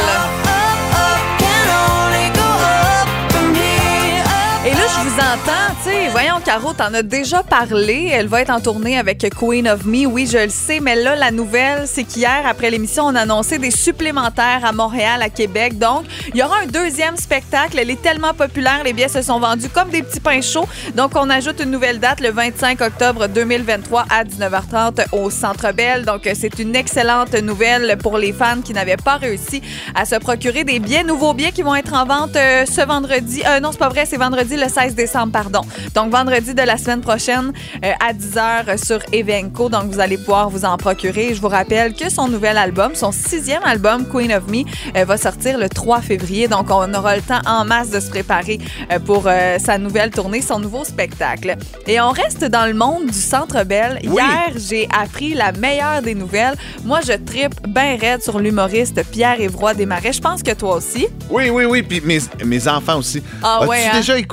[SPEAKER 4] Et là, je vous entends, tu sais, voyons, Caro, t'en as déjà parlé. Elle va être en tournée avec Queen of Me. Oui, je le sais, mais là, la nouvelle, c'est qu'hier, après l'émission, on a annoncé des supplémentaires à Montréal, à Québec. Donc, il y aura un deuxième spectacle. Elle est tellement populaire, les billets se sont vendus comme des petits pains chauds. Donc, on ajoute une nouvelle date, le 25 octobre 2023 à 19h30 au Centre Bell. Donc, c'est une excellente nouvelle pour les fans qui n'avaient pas réussi à se procurer des billets. Nouveaux billets qui vont être en vente ce vendredi. Non, c'est pas vrai, c'est vendredi le 16 décembre, pardon. Donc, vendredi de la semaine prochaine à 10h sur Evenco. Donc, vous allez pouvoir vous en procurer. Je vous rappelle que son nouvel album, son 6e album, Queen of Me, va sortir le 3 février. Donc, on aura le temps en masse de se préparer pour sa nouvelle tournée, son nouveau spectacle. Et on reste dans le monde du Centre Bell.
[SPEAKER 3] Oui.
[SPEAKER 4] Hier, j'ai appris la meilleure des nouvelles. Moi, je trippe bien raide sur l'humoriste Pierre-Évroy Desmarais. Je pense que toi aussi.
[SPEAKER 3] Oui. Puis mes enfants aussi.
[SPEAKER 4] Ah,
[SPEAKER 3] As-tu
[SPEAKER 4] ouais, hein?
[SPEAKER 3] déjà écouté sur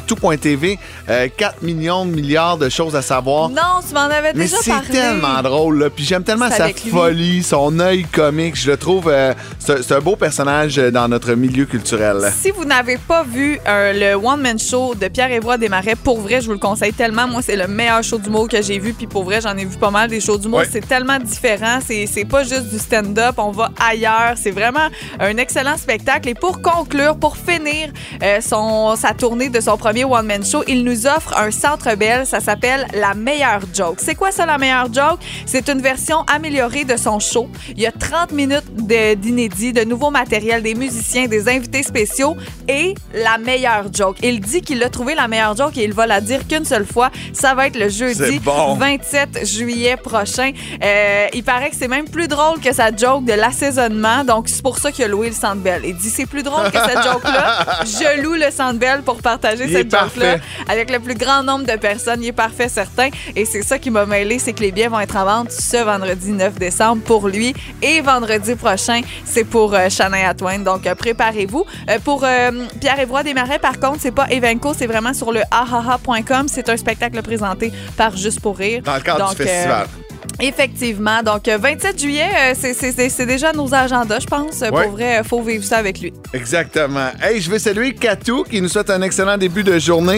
[SPEAKER 3] tout.tv. 4 millions de milliards de choses à savoir.
[SPEAKER 4] Non, tu m'en avais
[SPEAKER 3] Mais
[SPEAKER 4] déjà
[SPEAKER 3] c'est
[SPEAKER 4] parlé.
[SPEAKER 3] tellement drôle, là. Puis j'aime tellement
[SPEAKER 4] C'est
[SPEAKER 3] sa
[SPEAKER 4] avec lui.
[SPEAKER 3] folie, son œil comique. Je le trouve... c'est un beau personnage dans notre milieu culturel.
[SPEAKER 4] Si vous n'avez pas vu le one-man show de Pierre-Évroy Desmarais, pour vrai, je vous le conseille tellement. Moi, c'est le meilleur show d'humour que j'ai vu. Puis pour vrai, j'en ai vu pas mal des shows d'humour.
[SPEAKER 3] Ouais.
[SPEAKER 4] C'est tellement différent. C'est pas juste du stand-up. On va ailleurs. C'est vraiment un excellent spectacle. Et pour conclure, pour finir sa tournée de son premier one-man show, il nous offre un Centre Bell. Ça s'appelle La Meilleure Joke. C'est quoi ça, La Meilleure Joke? C'est une version améliorée de son show. Il y a 30 minutes d'inédit, de nouveaux matériels, des musiciens, des invités spéciaux et la meilleure joke. Il dit qu'il a trouvé la meilleure joke et il va la dire qu'une seule fois. Ça va être le jeudi
[SPEAKER 3] C'est bon.
[SPEAKER 4] 27 juillet prochain. Il paraît que c'est même plus drôle que sa joke de l'assaisonnement. Donc, c'est pour ça qu'il a loué le Centre Bell. Il dit c'est plus drôle que cette joke-là. Je loue le Centre Bell pour partager cette joke-là avec le plus grand nombre de personnes. Il est parfait, certain. Et c'est ça qui m'a mêlé, c'est que les billets vont être en vente ce vendredi 9 décembre pour lui. Et vendredi prochain, c'est pour Shania Twain. Donc, préparez-vous. Pour Pierre-Évroy Desmarais, par contre, c'est pas Evenco, c'est vraiment sur le ahaha.com. C'est un spectacle présenté par Juste pour rire.
[SPEAKER 3] Dans le cadre du festival.
[SPEAKER 4] Effectivement. Donc, 27 juillet, c'est déjà nos agendas, je pense.
[SPEAKER 3] Ouais.
[SPEAKER 4] Pour vrai, faut vivre ça avec lui.
[SPEAKER 3] Exactement. Hey, je veux saluer Katou qui nous souhaite un excellent début de journée.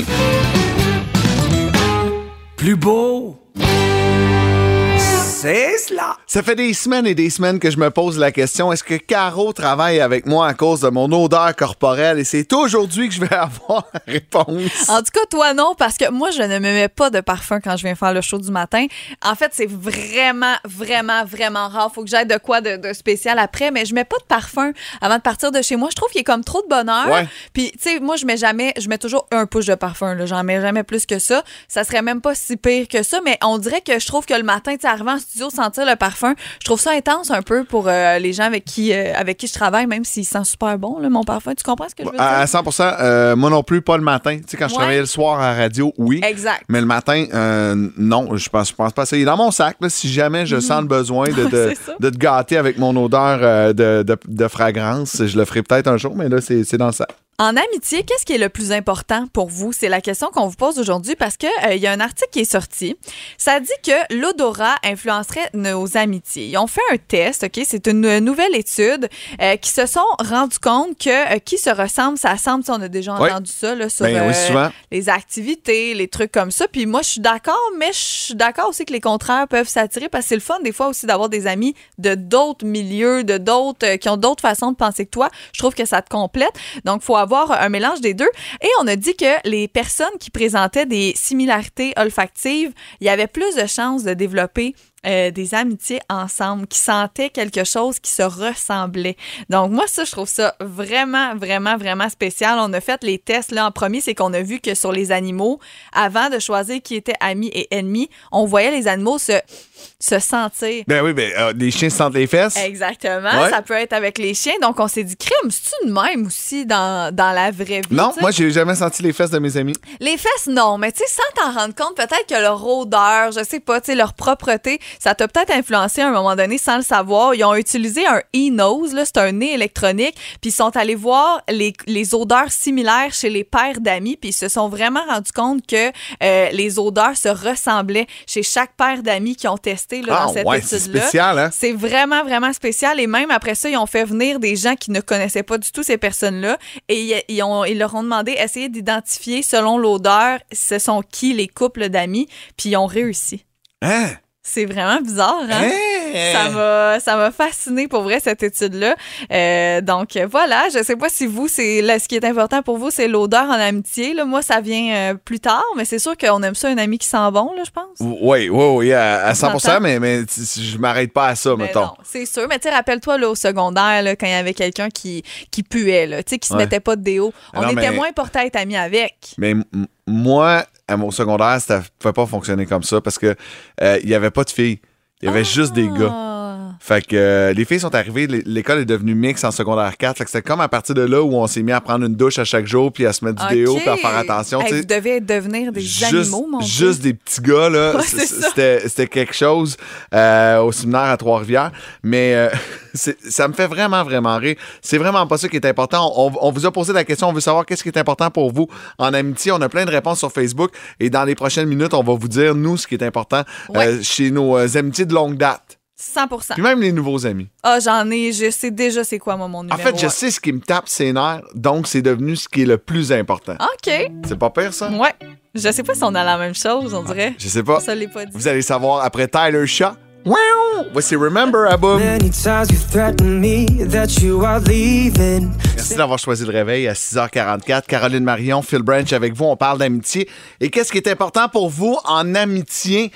[SPEAKER 7] Plus beau, c'est cela.
[SPEAKER 3] Ça fait des semaines et des semaines que je me pose la question, est-ce que Caro travaille avec moi à cause de mon odeur corporelle? Et c'est aujourd'hui que je vais avoir la réponse.
[SPEAKER 4] En tout cas, toi, non, parce que moi, je ne me mets pas de parfum quand je viens faire le show du matin. En fait, c'est vraiment, vraiment, vraiment rare. Faut que j'aille de quoi de spécial après, mais je mets pas de parfum avant de partir de chez moi. Je trouve qu'il y a comme trop de bonheur.
[SPEAKER 3] Ouais.
[SPEAKER 4] Puis, tu sais, moi, je mets toujours un push de parfum. Là. J'en mets jamais plus que ça. Ça serait même pas si pire que ça, mais on dirait que je trouve que le matin, tu sais, arrivant en studio, sentir le parfum, je trouve ça intense un peu pour les gens avec qui je travaille, même s'il sent super bon, là, mon parfum. Tu comprends ce que je veux dire?
[SPEAKER 3] À 100%, moi non plus, pas le matin. Tu sais, quand je travaillais le soir à la radio, oui.
[SPEAKER 4] Exact.
[SPEAKER 3] Mais le matin, non, je pense pas ça. Il est dans mon sac, là, si jamais je sens le besoin de te gâter avec mon odeur de fragrance. Je le ferai peut-être un jour, mais là, c'est dans le sac.
[SPEAKER 4] En amitié, qu'est-ce qui est le plus important pour vous? C'est la question qu'on vous pose aujourd'hui parce que il y a un article qui est sorti. Ça dit que l'odorat influencerait nos amitiés. Ils ont fait un test, OK? C'est une nouvelle étude qui se sont rendus compte que qui se ressemble, ça semble, on a déjà entendu ça là, sur
[SPEAKER 3] oui, souvent.
[SPEAKER 4] les activités, les trucs comme ça. Puis moi, je suis d'accord, mais je suis d'accord aussi que les contraires peuvent s'attirer parce que c'est le fun des fois aussi d'avoir des amis de d'autres milieux, de d'autres qui ont d'autres façons de penser que toi. Je trouve que ça te complète. Donc, il faut avoir un mélange des deux. Et on a dit que les personnes qui présentaient des similarités olfactives, il y avait plus de chances de développer des amitiés ensemble, qui sentaient quelque chose qui se ressemblait. Donc, moi, ça, je trouve ça vraiment, vraiment, vraiment spécial. On a fait les tests, là, en premier, c'est qu'on a vu que sur les animaux, avant de choisir qui était amis et ennemis, on voyait les animaux se sentir.
[SPEAKER 3] Ben oui, les chiens se sentent les fesses.
[SPEAKER 4] Exactement.
[SPEAKER 3] Ouais.
[SPEAKER 4] Ça peut être avec les chiens. Donc, on s'est dit, crime, c'est-tu de même aussi dans la vraie vie?
[SPEAKER 3] Non,
[SPEAKER 4] t'sais?
[SPEAKER 3] moi, j'ai jamais senti les fesses de mes amis.
[SPEAKER 4] Les fesses, non. Mais tu sais, sans t'en rendre compte, peut-être que leur odeur, je sais pas, tu sais, leur propreté, ça t'a peut-être influencé à un moment donné sans le savoir. Ils ont utilisé un e-nose, là, c'est un nez électronique, puis ils sont allés voir les odeurs similaires chez les pairs d'amis, puis ils se sont vraiment rendus compte que les odeurs se ressemblaient chez chaque paire d'amis qui ont testé là, dans cette étude-là.
[SPEAKER 3] C'est spécial, hein?
[SPEAKER 4] C'est vraiment, vraiment spécial. Et même après ça, ils ont fait venir des gens qui ne connaissaient pas du tout ces personnes-là et ils leur ont demandé d'essayer d'identifier selon l'odeur ce sont qui les couples d'amis, puis ils ont réussi.
[SPEAKER 3] Hein?
[SPEAKER 4] C'est vraiment bizarre, hein?
[SPEAKER 3] Hey!
[SPEAKER 4] Ça m'a fasciné pour vrai, cette étude-là. Donc, voilà. Je sais pas si vous, ce qui est important pour vous, c'est l'odeur en amitié. Là. Moi, ça vient plus tard, mais c'est sûr qu'on aime ça, un ami qui sent bon, là, je pense.
[SPEAKER 3] Oui, à 100%, mais je m'arrête pas à ça, mettons.
[SPEAKER 4] Non, c'est sûr. Mais tu sais, rappelle-toi, là, au secondaire, là, quand il y avait quelqu'un qui puait, là, tu sais, qui se mettait pas de déo. On était moins portés à être amis avec.
[SPEAKER 3] Mais moi, à mon secondaire, ça ne pouvait pas fonctionner comme ça parce que il y avait pas de filles. Il y avait juste des gars. Fait que les filles sont arrivées, l'école est devenue mixte en secondaire 4. Fait que c'était comme à partir de là où on s'est mis à prendre une douche à chaque jour, puis à se mettre du déo, puis à faire attention.
[SPEAKER 4] Hey, vous devez devenir des animaux, mon Dieu.
[SPEAKER 3] Juste des petits gars, là.
[SPEAKER 4] Ouais,
[SPEAKER 3] c'était quelque chose au séminaire à Trois-Rivières. Mais ça me fait vraiment, vraiment rire. C'est vraiment pas ça qui est important. On vous a posé la question, on veut savoir qu'est-ce qui est important pour vous en amitié. On a plein de réponses sur Facebook et dans les prochaines minutes, on va vous dire, nous, ce qui est important chez nos amitiés de longue date.
[SPEAKER 4] 100%.
[SPEAKER 3] Puis même les nouveaux amis.
[SPEAKER 4] Ah, j'en ai, je sais déjà c'est quoi mon numéro.
[SPEAKER 3] En fait, je sais ce qui me tape ses nerfs, donc c'est devenu ce qui est le plus important.
[SPEAKER 4] OK.
[SPEAKER 3] C'est pas pire, ça?
[SPEAKER 4] Ouais. Je sais pas si on a la même chose, on dirait.
[SPEAKER 3] Je sais pas.
[SPEAKER 4] Ça l'est pas dit.
[SPEAKER 3] Vous allez savoir après Tyler Shaw. Voici Remember à Boom. Merci d'avoir choisi le réveil à 6h44. Caroline Marion, Phil Branch avec vous. On parle d'amitié. Et qu'est-ce qui est important pour vous en amitié?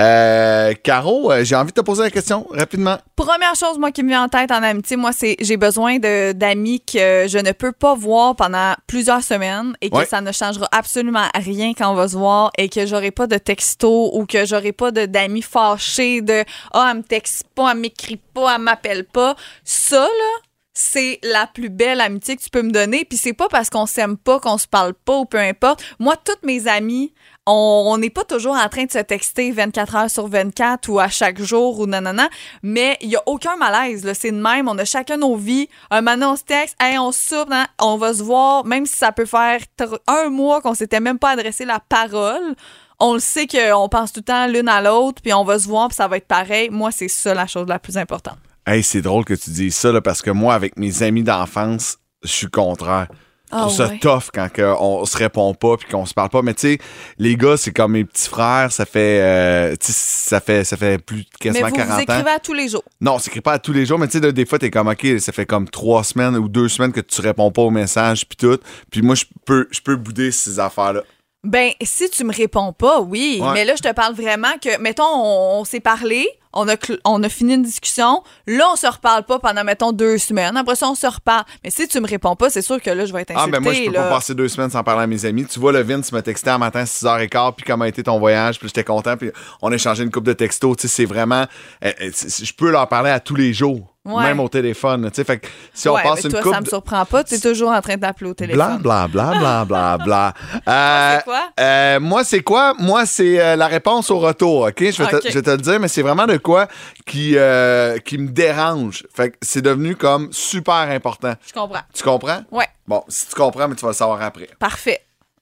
[SPEAKER 3] Caro, j'ai envie de te poser la question rapidement.
[SPEAKER 4] Première chose, moi, qui me vient en tête en amitié, moi, c'est j'ai besoin d'amis que je ne peux pas voir pendant plusieurs semaines et que ça ne changera absolument rien quand on va se voir et que j'aurai pas de texto ou que j'aurai pas d'amis fâchés de « Ah, elle me texte pas, elle m'écrit pas, elle m'appelle pas ». Ça, là, c'est la plus belle amitié que tu peux me donner. Puis c'est pas parce qu'on s'aime pas, qu'on se parle pas ou peu importe. Moi, toutes mes amies, on n'est pas toujours en train de se texter 24 heures sur 24 ou à chaque jour ou nanana, mais il y a aucun malaise, là. C'est de même. On a chacun nos vies. Un moment, on se texte, hey, on soupe, hein? On va se voir, même si ça peut faire un mois qu'on s'était même pas adressé la parole. On le sait qu'on pense tout le temps l'une à l'autre, puis on va se voir, puis ça va être pareil. Moi, c'est ça la chose la plus importante.
[SPEAKER 3] Hey, c'est drôle que tu dises ça, là, parce que moi, avec mes amis d'enfance, je suis contraire. Je trouve ça tough quand on se répond pas puis qu'on se parle pas. Mais tu sais, les gars, c'est comme mes petits frères. Ça fait plus quasiment 40 ans. Mais vous
[SPEAKER 4] écrivez à tous les jours?
[SPEAKER 3] Non, on s'écrit pas à tous les jours. Mais tu sais, des fois, t'es comme, OK, ça fait comme 3 semaines ou 2 semaines que tu réponds pas aux messages puis tout. Puis moi, je peux bouder ces affaires-là.
[SPEAKER 4] Ben, si tu me réponds pas, oui. Ouais. Mais là, je te parle vraiment que, mettons, on s'est parlé, on a fini une discussion, là, on se reparle pas pendant, mettons, 2 semaines. Après ça, on se reparle. Mais si tu me réponds pas, c'est sûr que là, je vais être insultée.
[SPEAKER 3] Ah, ben moi, je peux pas passer 2 semaines sans parler à mes amis. Tu vois, le Vince m'a texté un matin à 6h15, puis comment a été ton voyage, puis j'étais content, puis on a échangé une couple de textos. Tu sais, c'est vraiment... je peux leur parler à tous les jours. Ouais. Même au téléphone. Tu sais, fait que si on passe
[SPEAKER 4] une
[SPEAKER 3] couple...
[SPEAKER 4] toi, ça me surprend pas. Tu es toujours en train d'appeler au téléphone.
[SPEAKER 3] Bla, bla, bla, bla, bla, bla.
[SPEAKER 4] C'est quoi?
[SPEAKER 3] Moi, c'est quoi? Moi, c'est la réponse au retour, OK? Je vais te le dire, mais c'est vraiment de quoi qui me dérange. Fait que c'est devenu comme super important.
[SPEAKER 4] Je comprends.
[SPEAKER 3] Tu comprends?
[SPEAKER 4] Ouais.
[SPEAKER 3] Bon, si tu comprends, mais tu vas le savoir après.
[SPEAKER 4] Parfait.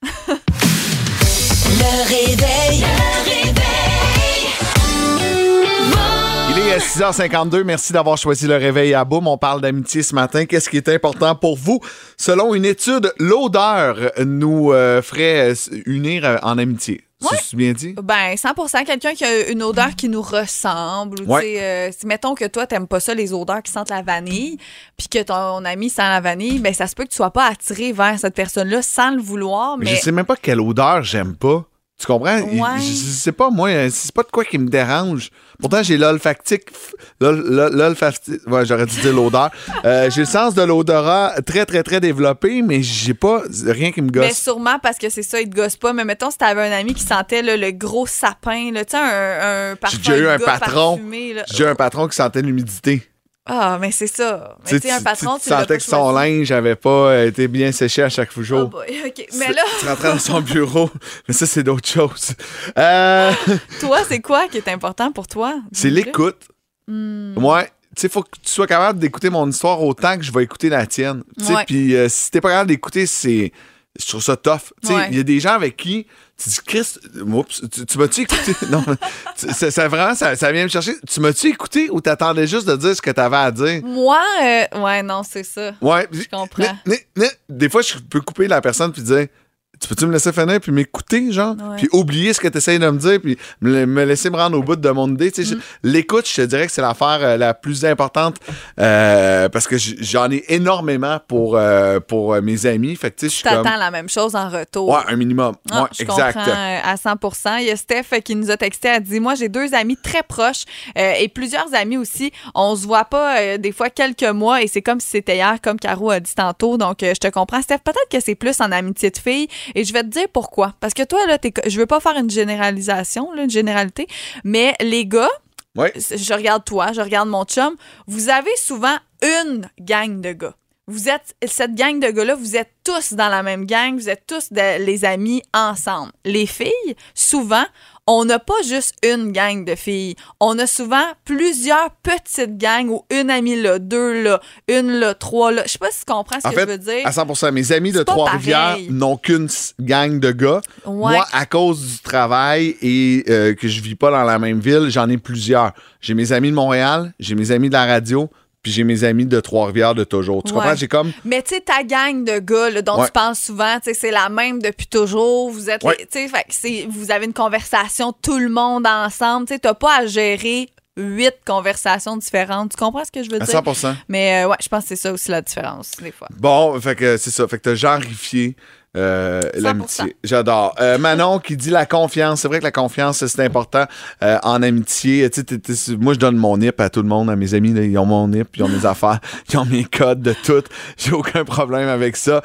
[SPEAKER 1] Le réveil.
[SPEAKER 3] Il est 6h52. Merci d'avoir choisi le réveil à Boum. On parle d'amitié ce matin. Qu'est-ce qui est important pour vous? Selon une étude, l'odeur nous ferait unir en amitié.
[SPEAKER 4] Ouais.
[SPEAKER 3] C'est bien dit?
[SPEAKER 4] Ben, 100%. Quelqu'un qui a une odeur qui nous ressemble. Ou si mettons que toi, t'aimes pas ça, les odeurs qui sentent la vanille, puis que ton ami sent la vanille, ben ça se peut que tu sois pas attiré vers cette personne-là sans le vouloir. Mais
[SPEAKER 3] je sais même pas quelle odeur j'aime pas. Tu comprends?
[SPEAKER 4] Ouais.
[SPEAKER 3] Je sais pas, moi, c'est pas de quoi qui me dérange. Pourtant, j'ai l'olfactique. Ouais, j'aurais dû dire l'odeur. J'ai le sens de l'odorat très, très, très développé, mais j'ai pas rien qui me gosse.
[SPEAKER 4] Mais sûrement parce que c'est ça, il te gosse pas. Mais mettons, si t'avais un ami qui sentait là, le gros sapin, tu sais, un parfum.
[SPEAKER 3] J'ai déjà eu un patron.
[SPEAKER 4] Parfumé,
[SPEAKER 3] j'ai eu un patron qui sentait l'humidité.
[SPEAKER 4] Ah, mais c'est ça. Mais tu sais, un patron, tu
[SPEAKER 3] sentais que son linge n'avait pas été bien séché à chaque jour.
[SPEAKER 4] Oh boy, OK. Mais là...
[SPEAKER 3] Tu rentrais dans son bureau, mais ça, c'est d'autres choses.
[SPEAKER 4] Toi, c'est quoi qui est important pour toi?
[SPEAKER 3] C'est l'écoute. Ouais. Tu sais, il faut que tu sois capable d'écouter mon histoire autant que je vais écouter la tienne. Tu sais, puis si t'es pas capable d'écouter, je trouve ça tough. Tu sais, il y a des gens avec qui tu dis, Christ, oups, tu m'as-tu écouté? Non, ça vient me chercher. Tu m'as-tu écouté ou t'attendais juste de dire ce que t'avais à dire?
[SPEAKER 4] Moi, ouais, non, c'est ça.
[SPEAKER 3] Ouais.
[SPEAKER 4] Je comprends.
[SPEAKER 3] Des fois, je peux couper la personne puis dire, tu peux-tu me laisser finir puis m'écouter, genre? Ouais. Puis oublier ce que tu essayes de me dire puis me laisser me rendre au bout de mon idée. L'écoute, je te dirais que c'est l'affaire la plus importante parce que j'en ai énormément pour mes amis. Fait que,
[SPEAKER 4] tu t'attends la même chose en retour.
[SPEAKER 3] Ouais, un minimum.
[SPEAKER 4] Ah,
[SPEAKER 3] ouais,
[SPEAKER 4] je
[SPEAKER 3] exact.
[SPEAKER 4] comprends à 100%. Il y a Steph qui nous a texté, elle dit, moi, j'ai 2 amis très proches et plusieurs amis aussi. On se voit pas des fois quelques mois et c'est comme si c'était hier, comme Caro a dit tantôt. Donc, je te comprends. Steph, peut-être que c'est plus en amitié de filles. Et je vais te dire pourquoi. Parce que toi, là, je veux pas faire une généralisation, là, une généralité, mais les gars,
[SPEAKER 3] Ouais.
[SPEAKER 4] je regarde toi, je regarde mon chum, vous avez souvent une gang de gars. Cette gang de gars-là, vous êtes tous dans la même gang, vous êtes tous les amis ensemble. Les filles, souvent, on n'a pas juste une gang de filles. On a souvent plusieurs petites gangs ou une amie là, deux là, une là, trois là. Je sais pas si tu comprends ce que je veux dire.
[SPEAKER 3] À 100%, mes amis de
[SPEAKER 4] C'est pas
[SPEAKER 3] Trois-Rivières
[SPEAKER 4] pareil.
[SPEAKER 3] n'ont qu'une gang de gars.
[SPEAKER 4] Ouais.
[SPEAKER 3] Moi, à cause du travail et que je vis pas dans la même ville, j'en ai plusieurs. J'ai mes amis de Montréal, j'ai mes amis de la radio, puis j'ai mes amis de Trois-Rivières de toujours. Tu comprends? J'ai comme...
[SPEAKER 4] Mais tu sais, ta gang de gars là, dont tu parles souvent, c'est la même depuis toujours. Vous êtes, vous avez une conversation tout le monde ensemble. Tu n'as pas à gérer 8 conversations différentes. Tu comprends ce que je veux dire?
[SPEAKER 3] À 100%.
[SPEAKER 4] Mais je pense que c'est ça aussi la différence, des fois.
[SPEAKER 3] Bon, fait que c'est ça. Fait que t'as genrifié l'amitié. J'adore. Manon qui dit la confiance. C'est vrai que la confiance, c'est important en amitié. Moi, je donne mon NIP à tout le monde, à mes amis. Là, ils ont mon NIP, ils ont mes affaires, ils ont mes codes de tout. J'ai aucun problème avec ça.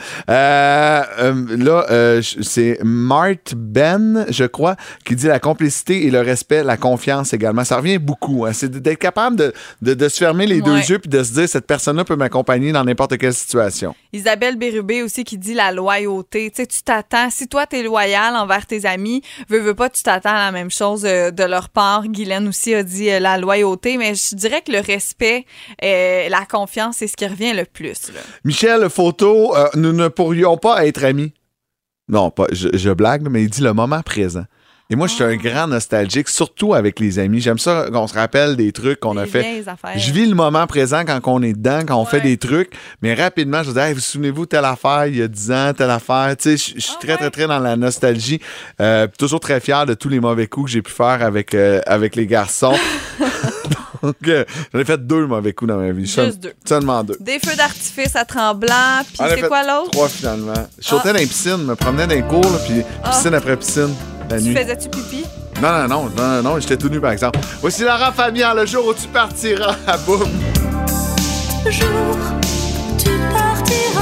[SPEAKER 3] C'est Mart Ben, je crois, qui dit la complicité et le respect, la confiance également. Ça revient beaucoup. Hein. C'est d'être capable de se fermer les deux yeux puis de se dire cette personne-là peut m'accompagner dans n'importe quelle situation.
[SPEAKER 4] Isabelle Bérubé aussi qui dit la loyauté. Tu sais, tu t'attends, si toi t'es loyal envers tes amis, veux pas, tu t'attends à la même chose de leur part. Guylaine aussi a dit la loyauté, mais je dirais que le respect, la confiance, c'est ce qui revient le plus. Là.
[SPEAKER 3] Michel Photo, nous ne pourrions pas être amis. Non, pas, je blague, mais il dit le moment présent. Et moi, je suis un grand nostalgique, surtout avec les amis. J'aime ça qu'on se rappelle des trucs qu'on a fait. Je vis le moment présent quand on est dedans, quand on fait des trucs, mais rapidement, je dis, hey, vous souvenez-vous telle affaire, il y a 10 ans, telle affaire. Tu sais, je suis très, très, très dans la nostalgie. Toujours très fier de tous les mauvais coups que j'ai pu faire avec les garçons. Donc, j'en ai fait 2 mauvais coups dans ma vie.
[SPEAKER 4] Juste 2.
[SPEAKER 3] Seulement 2.
[SPEAKER 4] Des feux d'artifice à Tremblant, puis c'est quoi l'autre?
[SPEAKER 3] 3 finalement. Je sautais dans les piscines, me promenais dans les cours, là, puis piscine après piscine. La nuit.
[SPEAKER 4] Faisais-tu pipi?
[SPEAKER 3] Non, j'étais tout nu, par exemple. Voici Laurent Fabian, le jour où tu partiras à boum.
[SPEAKER 1] Le jour où tu partiras.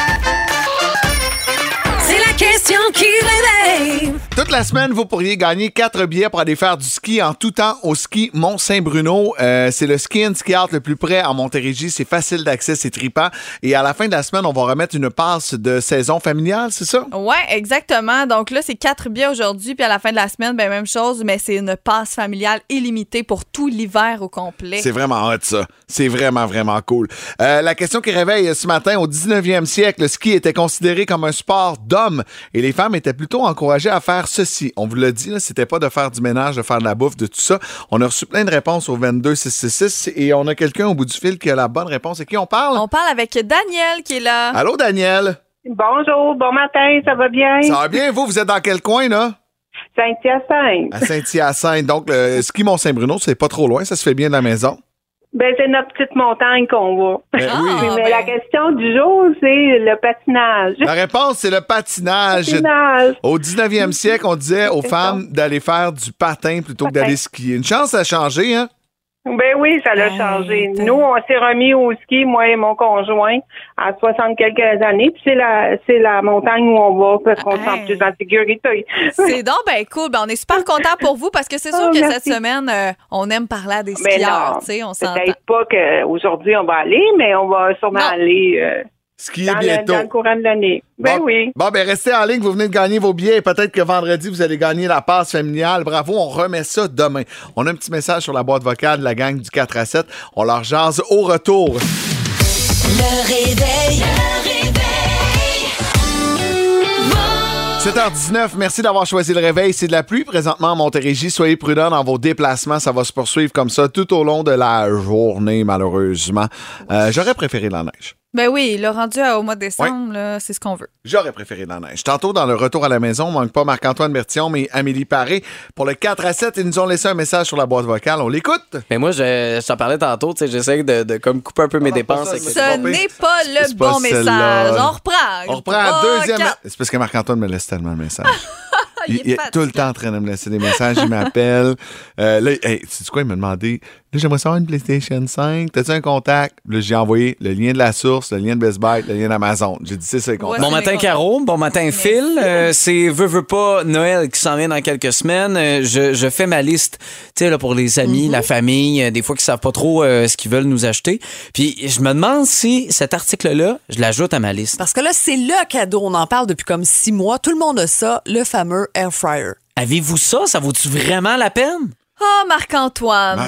[SPEAKER 1] C'est la question qui réveille.
[SPEAKER 3] Toute la semaine, vous pourriez gagner 4 billets pour aller faire du ski en tout temps au ski Mont-Saint-Bruno. C'est le ski and ski out le plus près en Montérégie. C'est facile d'accès, c'est trippant. Et à la fin de la semaine, on va remettre une passe de saison familiale, c'est ça?
[SPEAKER 4] Oui, exactement. Donc là, c'est 4 billets aujourd'hui. Puis à la fin de la semaine, ben, même chose, mais c'est une passe familiale illimitée pour tout l'hiver au complet.
[SPEAKER 3] C'est vraiment hot, ça. C'est vraiment, vraiment cool. La question qui réveille ce matin, au 19e siècle, le ski était considéré comme un sport d'hommes et les femmes étaient plutôt encouragées à faire ceci. On vous l'a dit, là, c'était pas de faire du ménage, de faire de la bouffe, de tout ça. On a reçu plein de réponses au 22666 et on a quelqu'un au bout du fil qui a la bonne réponse. Et qui on parle?
[SPEAKER 4] On parle avec Daniel qui est là.
[SPEAKER 3] Allô, Daniel?
[SPEAKER 8] Bonjour, bon matin, ça va bien?
[SPEAKER 3] Ça va bien, vous êtes dans quel coin, là?
[SPEAKER 8] Saint-Hyacinthe.
[SPEAKER 3] À Saint-Hyacinthe. Donc, le ski Mont-Saint-Bruno, c'est pas trop loin, ça se fait bien de la maison.
[SPEAKER 8] Ben, c'est notre petite montagne qu'on va.
[SPEAKER 3] Oui.
[SPEAKER 8] Mais la question du jour, c'est le patinage.
[SPEAKER 3] La réponse, c'est le patinage. Au 19e siècle, on disait aux femmes d'aller faire du patin plutôt que d'aller skier. Une chance à changer, hein?
[SPEAKER 8] Ben oui, ça l'a changé. Nous, on s'est remis au ski, moi et mon conjoint, à 60 quelques années. Puis c'est la montagne où on va parce qu'on se sent plus en sécurité.
[SPEAKER 4] C'est donc ben cool. Ben, on est super contents pour vous parce que c'est sûr que
[SPEAKER 8] merci.
[SPEAKER 4] Cette semaine, on aime parler à des skieurs. On s'entend.
[SPEAKER 8] Peut-être pas qu'aujourd'hui on va aller, mais on va sûrement aller
[SPEAKER 3] skier bientôt.
[SPEAKER 8] Dans le courant de l'année. Ben oui.
[SPEAKER 3] Bon, ben restez en ligne, vous venez de gagner vos billets. Peut-être que vendredi, vous allez gagner la passe familiale. Bravo, on remet ça demain. On a un petit message sur la boîte vocale de la gang du 4 à 7. On leur jase au retour.
[SPEAKER 1] Le réveil.
[SPEAKER 3] 7h19, merci d'avoir choisi le réveil. C'est de la pluie présentement en Montérégie. Soyez prudents dans vos déplacements. Ça va se poursuivre comme ça tout au long de la journée, malheureusement. J'aurais préféré la neige.
[SPEAKER 4] Ben oui, le rendu au mois de décembre, là, c'est ce qu'on veut.
[SPEAKER 3] J'aurais préféré de la neige. Tantôt, dans le retour à la maison, on manque pas Marc-Antoine Bertillon, mais Amélie Paré. Pour le 4 à 7, ils nous ont laissé un message sur la boîte vocale. On l'écoute?
[SPEAKER 9] Mais moi, je t'en parlais tantôt, tu sais, j'essaie de comme couper un peu mes dépenses.
[SPEAKER 4] Ce n'est pas le bon message. On reprend.
[SPEAKER 3] On reprend la deuxième. C'est parce que Marc-Antoine me laisse tellement le message. Il est tout le temps en train de me laisser des messages, il m'appelle. Là, hey, sais-tu quoi, il m'a demandé, là, j'aimerais savoir une PlayStation 5, t'as-tu un contact? Là, j'ai envoyé le lien de la source, le lien de Best Buy, le lien d'Amazon. J'ai dit, c'est ça, les contacts.
[SPEAKER 9] Bon matin, Caro. Bon matin, Phil. C'est veux pas Noël qui s'en vient dans quelques semaines. Je fais ma liste, tu sais, là, pour les amis, la famille, des fois qui savent pas trop ce qu'ils veulent nous acheter. Puis je me demande si cet article-là, je l'ajoute à ma liste.
[SPEAKER 10] Parce que là, c'est le cadeau. On en parle depuis comme 6 mois. Tout le monde a ça, le fameux air fryer.
[SPEAKER 9] Avez-vous ça? Ça vaut-tu vraiment la peine?
[SPEAKER 4] Marc-Antoine.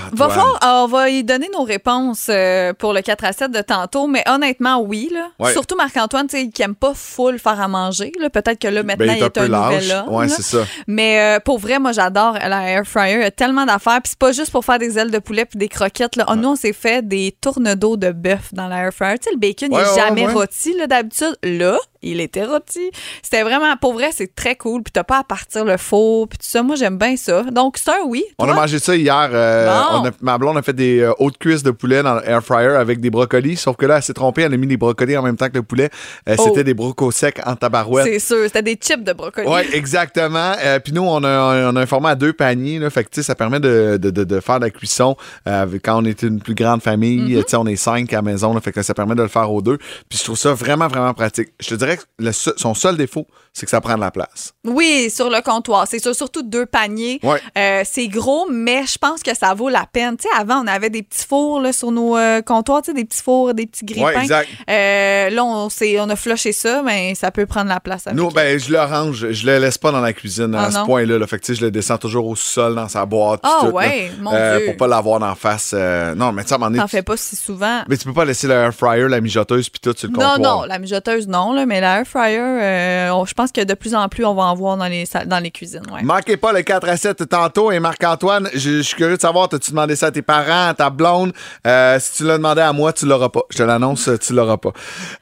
[SPEAKER 4] On va y donner nos réponses pour le 4 à 7 de tantôt, mais honnêtement, oui. Là.
[SPEAKER 3] Ouais.
[SPEAKER 4] Surtout Marc-Antoine, qui n'aime pas full faire à manger. Là. Peut-être que là, maintenant, il est un nouvel homme.
[SPEAKER 3] Ouais, c'est ça.
[SPEAKER 4] Mais pour vrai, moi, j'adore la air fryer. Il y a tellement d'affaires. Puis c'est pas juste pour faire des ailes de poulet puis des croquettes. Là. Nous, on s'est fait des tournes d'eau de bœuf dans la air fryer. Tu sais, le bacon, il est jamais rôti là, d'habitude. Là, il était rôti. C'était vraiment, pour vrai, c'est très cool. Puis t'as pas à partir le four. Puis tout ça, moi, j'aime bien ça. Donc, c'est un oui.
[SPEAKER 3] On a mangé ça hier. Ma blonde a fait des hautes cuisses de poulet dans l'air fryer avec des brocolis. Sauf que là, elle s'est trompée. Elle a mis des brocolis en même temps que le poulet. C'était des brocos secs en tabarouette.
[SPEAKER 4] C'est sûr. C'était des chips de brocolis.
[SPEAKER 3] Oui, exactement. Puis nous, on a un format à 2 paniers. Là, fait que ça permet de faire de la cuisson. Quand on est une plus grande famille, on est 5 à la maison. Là, fait que ça permet de le faire aux 2. Puis je trouve ça vraiment, vraiment pratique. Je te dirais que son seul défaut, c'est que ça prend de la place.
[SPEAKER 4] Oui, sur le comptoir. C'est sûr, surtout 2 paniers.
[SPEAKER 3] Ouais.
[SPEAKER 4] C'est gros, mais je pense que ça vaut la peine. Tu sais, avant, on avait des petits fours là, sur nos comptoirs, tu sais, des petits fours, des petits grille-pains.
[SPEAKER 3] Ouais, exact.
[SPEAKER 4] Là, on a flushé ça, mais ça peut prendre la place avec.
[SPEAKER 3] Nous, je le range. Je le laisse pas dans la cuisine à ce point-là. Là. Fait que, je le descends toujours au sol dans sa boîte.
[SPEAKER 4] Mon Dieu.
[SPEAKER 3] Pour pas l'avoir d'en face. Non, mais ça, à un moment donné.
[SPEAKER 4] T'en fais pas si souvent.
[SPEAKER 3] Mais tu peux pas laisser le air fryer, la mijoteuse, puis tout sur le comptoir.
[SPEAKER 4] Non, la mijoteuse, non, là, mais la air fryer, je pense que de plus en plus, on va en voir dans les cuisines. Ouais.
[SPEAKER 3] Manquez pas le 4 à 7 tantôt. Et Marc-Antoine, je suis curieux de savoir, t'as-tu demandé ça à tes parents, à ta blonde? Si tu l'as demandé à moi, tu l'auras pas. Je te l'annonce, tu l'auras pas.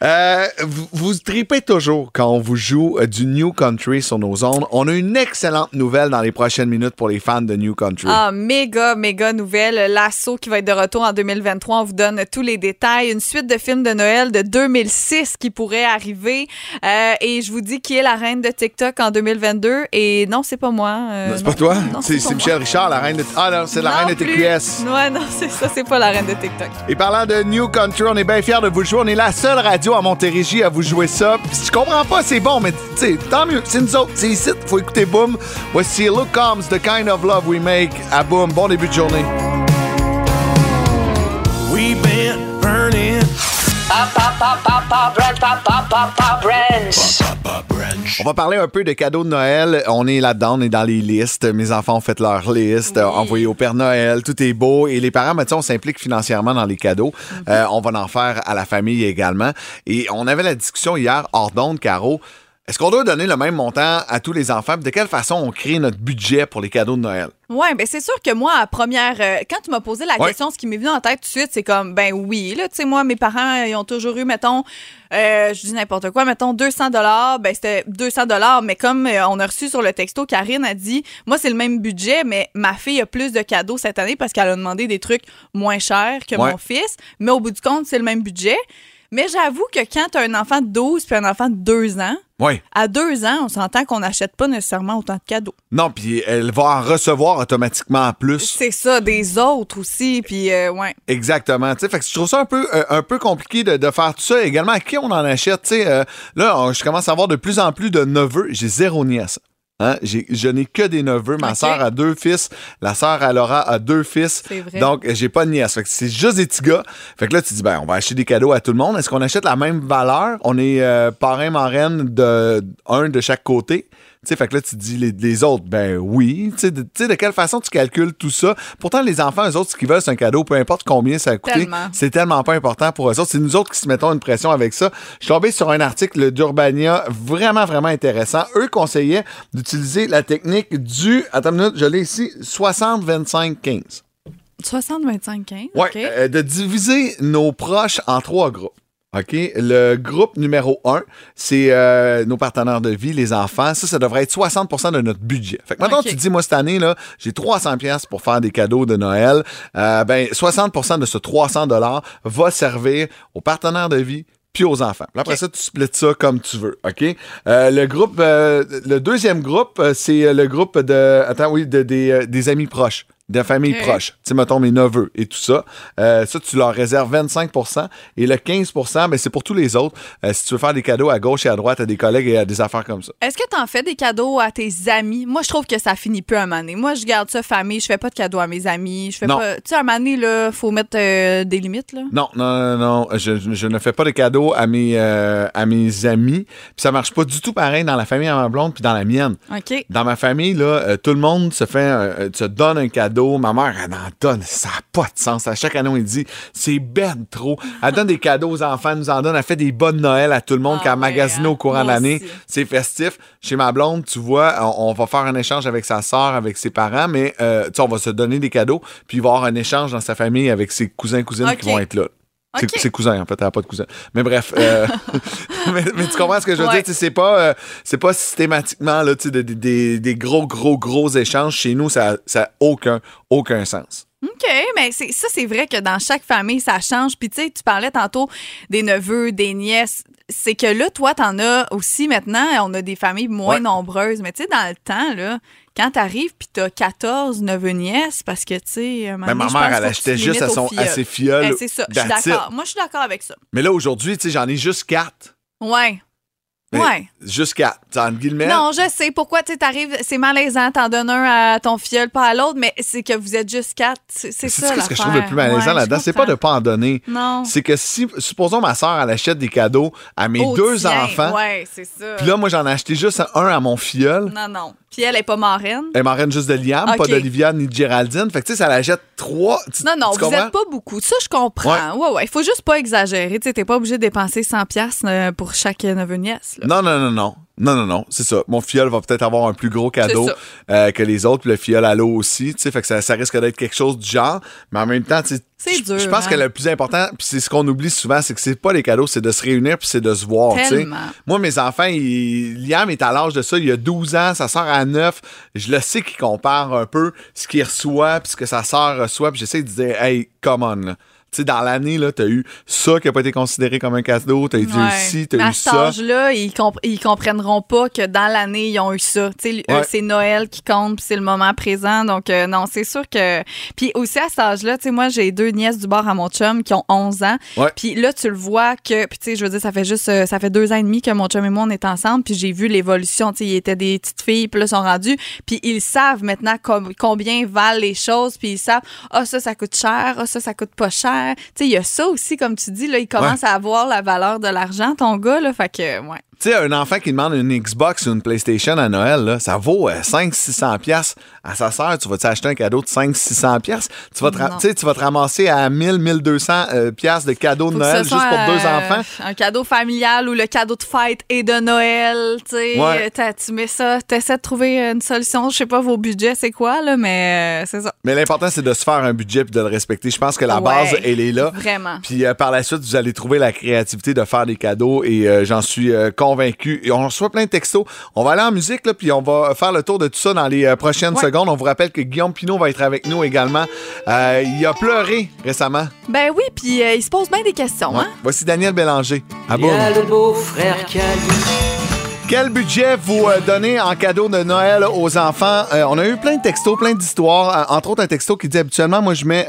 [SPEAKER 3] Vous tripez toujours quand on vous joue du New Country sur nos ondes. On a une excellente nouvelle dans les prochaines minutes pour les fans de New Country.
[SPEAKER 4] Méga nouvelle. L'assaut qui va être de retour en 2023. On vous donne tous les détails. Une suite de films de Noël de 2006 qui pourrait arriver. Et je vous dis qui est la reine de TikTok en 2022. Et non, c'est pas moi.
[SPEAKER 3] C'est pas toi?
[SPEAKER 4] Non,
[SPEAKER 3] c'est Michel Richard, la reine de... Ah non, c'est la reine de TQS.
[SPEAKER 4] Ouais, non, c'est ça. C'est pas la reine de TikTok.
[SPEAKER 3] Et parlant de New Country, on est bien fiers de vous le jouer. On est la seule radio à Montérégie à vous jouer ça. Puis si tu comprends pas, c'est bon, mais tu sais, tant mieux. C'est nous autres. C'est ici. Faut écouter Boom. Voici Look Comes, The Kind of Love We Make à Boom. Bon début de journée.
[SPEAKER 7] We've been burning.
[SPEAKER 3] On va parler un peu de cadeaux de Noël. On est là-dedans, on est dans les listes. Mes enfants ont fait leur liste, envoyé au Père Noël, tout est beau. Et les parents, on s'implique financièrement dans les cadeaux. On va en faire à la famille également. Et on avait la discussion hier, hors d'onde, Caro. Est-ce qu'on doit donner le même montant à tous les enfants? De quelle façon on crée notre budget pour les cadeaux de Noël?
[SPEAKER 4] Oui, bien c'est sûr que moi, quand tu m'as posé la question, ce qui m'est venu en tête tout de suite, c'est comme, oui, là, tu sais, moi, mes parents, ils ont toujours eu, mettons, je dis n'importe quoi, mettons, $200, c'était $200, mais comme on a reçu sur le texto, Karine a dit, moi, c'est le même budget, mais ma fille a plus de cadeaux cette année parce qu'elle a demandé des trucs moins chers que mon fils, mais au bout du compte, c'est le même budget. Mais j'avoue que quand tu as un enfant de 12 puis un enfant de 2 ans, à 2 ans, on s'entend qu'on n'achète pas nécessairement autant de cadeaux.
[SPEAKER 3] Non, puis elle va en recevoir automatiquement en plus.
[SPEAKER 4] C'est ça, des autres aussi, puis
[SPEAKER 3] Exactement. Fait que je trouve ça un peu compliqué de faire tout ça. Également, à qui on en achète? Là, je commence à avoir de plus en plus de neveux. J'ai 0 nièce. Hein? Je n'ai que des neveux. Ma sœur a 2 fils. La sœur à Laura a 2 fils.
[SPEAKER 4] C'est vrai.
[SPEAKER 3] Donc, j'ai pas de nièce. Fait que c'est juste des petits gars. Fait que là, tu dis, on va acheter des cadeaux à tout le monde. Est-ce qu'on achète la même valeur? On est parrain, marraine un de chaque côté. T'sais, fait que là, tu te dis les autres, oui. Tu sais, de quelle façon tu calcules tout ça? Pourtant, les enfants, eux autres, ce qu'ils veulent, c'est un cadeau, peu importe combien ça a coûté. C'est tellement pas important pour eux autres. C'est nous autres qui se mettons une pression avec ça. Je suis tombé sur un article d'Urbania vraiment, vraiment intéressant. Eux conseillaient d'utiliser la technique du, attends une minute, je l'ai ici, 60-25-15.
[SPEAKER 4] 60-25-15?
[SPEAKER 3] Oui, de diviser nos proches en 3 groupes. OK? Le groupe numéro 1, c'est nos partenaires de vie, les enfants. Ça devrait être 60% de notre budget. Fait que maintenant, tu te dis, moi, cette année, là, j'ai 300$ pour faire des cadeaux de Noël. 60% de ce $300 va servir aux partenaires de vie puis aux enfants. Puis après ça, tu splits ça comme tu veux, OK? Le deuxième groupe, c'est le groupe des amis proches. De famille proche. Tu sais, mettons mes neveux et tout ça. Ça, tu leur réserves 25 %. Et le 15 %, ben, c'est pour tous les autres. Si tu veux faire des cadeaux à gauche et à droite à des collègues et à des affaires comme ça.
[SPEAKER 4] Est-ce que tu en fais des cadeaux à tes amis? Moi, je trouve que ça finit plus un moment donné. Moi, je garde ça famille. Je fais pas de cadeaux à mes amis. Je fais pas. Tu sais, un moment donné, là, faut mettre des limites, là.
[SPEAKER 3] Non. Je ne fais pas de cadeaux à mes amis. Puis ça marche pas du tout pareil dans la famille à ma blonde puis dans la mienne.
[SPEAKER 4] OK.
[SPEAKER 3] Dans ma famille, là, tout le monde se donne un cadeau. Ma mère, elle en donne. Ça n'a pas de sens. À chaque année, on lui dit, c'est ben trop. Elle donne des cadeaux aux enfants, elle nous en donne. Elle fait des bonnes Noël à tout le monde qu'elle a magasiné au courant de l'année. C'est festif. Chez ma blonde, tu vois, on va faire un échange avec sa sœur, avec ses parents, mais on va se donner des cadeaux, puis il va y avoir un échange dans sa famille avec ses cousins, cousines qui vont être là. Okay. C'est cousin, en fait, elle n'a pas de cousin. Mais bref, mais tu comprends ce que je veux dire? C'est pas systématiquement là, des gros échanges. Chez nous, ça n'a aucun sens.
[SPEAKER 4] OK, mais c'est vrai que dans chaque famille, ça change. Puis tu sais, tu parlais tantôt des neveux, des nièces. C'est que là, toi, t'en as aussi maintenant. On a des familles moins nombreuses. Mais tu sais, dans le temps, là, quand t'arrives puis t'as 14 neveux-nièces, parce que, tu sais...
[SPEAKER 3] Ma mère, elle achetait juste à ses filleuls.
[SPEAKER 4] C'est ça, je suis d'accord. Moi, je suis d'accord avec ça.
[SPEAKER 3] Mais là, aujourd'hui, tu sais, j'en ai juste 4.
[SPEAKER 4] Ouais.
[SPEAKER 3] Juste 4, entre guillemets.
[SPEAKER 4] Non, je sais. Pourquoi tu t'arrives, c'est malaisant, t'en donnes un à ton filleul, pas à l'autre, mais c'est que vous êtes juste 4. C'est ça l'affaire.
[SPEAKER 3] Ce que je trouve le plus malaisant là-dedans, c'est pas de pas en donner.
[SPEAKER 4] Non.
[SPEAKER 3] C'est que si, supposons ma soeur, elle achète des cadeaux à mes deux enfants.
[SPEAKER 4] Ouais, c'est ça.
[SPEAKER 3] Puis là, moi, j'en ai acheté juste un à mon filleul.
[SPEAKER 4] Non. Puis elle est pas marraine.
[SPEAKER 3] Elle est marraine juste de Liam, pas d'Olivia ni de Géraldine. Fait que tu sais, ça la jette 3.
[SPEAKER 4] Non, vous êtes pas beaucoup. Ça, je comprends. Ouais. Il faut juste pas exagérer. Tu sais, t'es pas obligé de dépenser 100$ pour chaque neveu-nièce.
[SPEAKER 3] Non, c'est ça. Mon filleul va peut-être avoir un plus gros cadeau que les autres, puis le filleul à l'eau aussi, tu sais, fait que ça risque d'être quelque chose du genre, mais en même temps, tu sais, je pense que le plus important, puis c'est ce qu'on oublie souvent, c'est que c'est pas les cadeaux, c'est de se réunir puis c'est de se voir, tu sais. Moi, mes enfants, Liam est à l'âge de ça, il a 12 ans, sa sœur a 9, je le sais qu'il compare un peu ce qu'il reçoit puis ce que sa sœur reçoit, puis j'essaie de dire, hey, come on, là. Tu sais, dans l'année, là, t'as eu ça qui n'a pas été considéré comme un cadeau, t'as eu ci, t'as eu ça.
[SPEAKER 4] À cet âge-là, ils comprendront pas que dans l'année, ils ont eu ça. Tu sais, c'est Noël qui compte, puis c'est le moment présent. Donc, non, c'est sûr que... Puis aussi, à cet âge-là, tu sais, moi, j'ai 2 nièces du bord à mon chum qui ont 11 ans. Puis là, tu le vois que... Puis tu sais, je veux dire, ça fait 2 ans et demi que mon chum et moi, on est ensemble, puis j'ai vu l'évolution. Tu sais, ils étaient des petites filles, puis là, ils sont rendus. Puis ils savent maintenant combien valent les choses, puis ils savent, ça coûte cher, ça coûte pas cher. Tu sais, il y a ça aussi, comme tu dis, là, il commence à avoir la valeur de l'argent, ton gars, là, fait que,
[SPEAKER 3] Tu sais, un enfant qui demande une Xbox ou une PlayStation à Noël, là, ça vaut 500-600$ à sa sœur. Tu vas-tu acheter un cadeau de 500-600$? Tu vas te ramasser à 1000-1200$ de cadeaux de Noël juste pour 2 enfants.
[SPEAKER 4] Un cadeau familial ou le cadeau de fête et de Noël, tu sais. Tu mets ça, t'essaies de trouver une solution. Je sais pas vos budgets, c'est quoi, là, mais c'est ça.
[SPEAKER 3] Mais l'important, c'est de se faire un budget et de le respecter. Je pense que la base, elle est là.
[SPEAKER 4] Vraiment.
[SPEAKER 3] Puis par la suite, vous allez trouver la créativité de faire des cadeaux et j'en suis convaincu. Et on reçoit plein de textos. On va aller en musique, là, puis on va faire le tour de tout ça dans les prochaines secondes. On vous rappelle que Guillaume Pinault va être avec nous également. Il a pleuré récemment.
[SPEAKER 4] Ben oui, puis il se pose bien des questions. Hein?
[SPEAKER 3] Voici Daniel Bélanger.
[SPEAKER 11] Il y a le beau-frère Cali.
[SPEAKER 3] Quel budget vous donnez en cadeau de Noël aux enfants? On a eu plein de textos, plein d'histoires. Entre autres, un texto qui dit habituellement, moi, je mets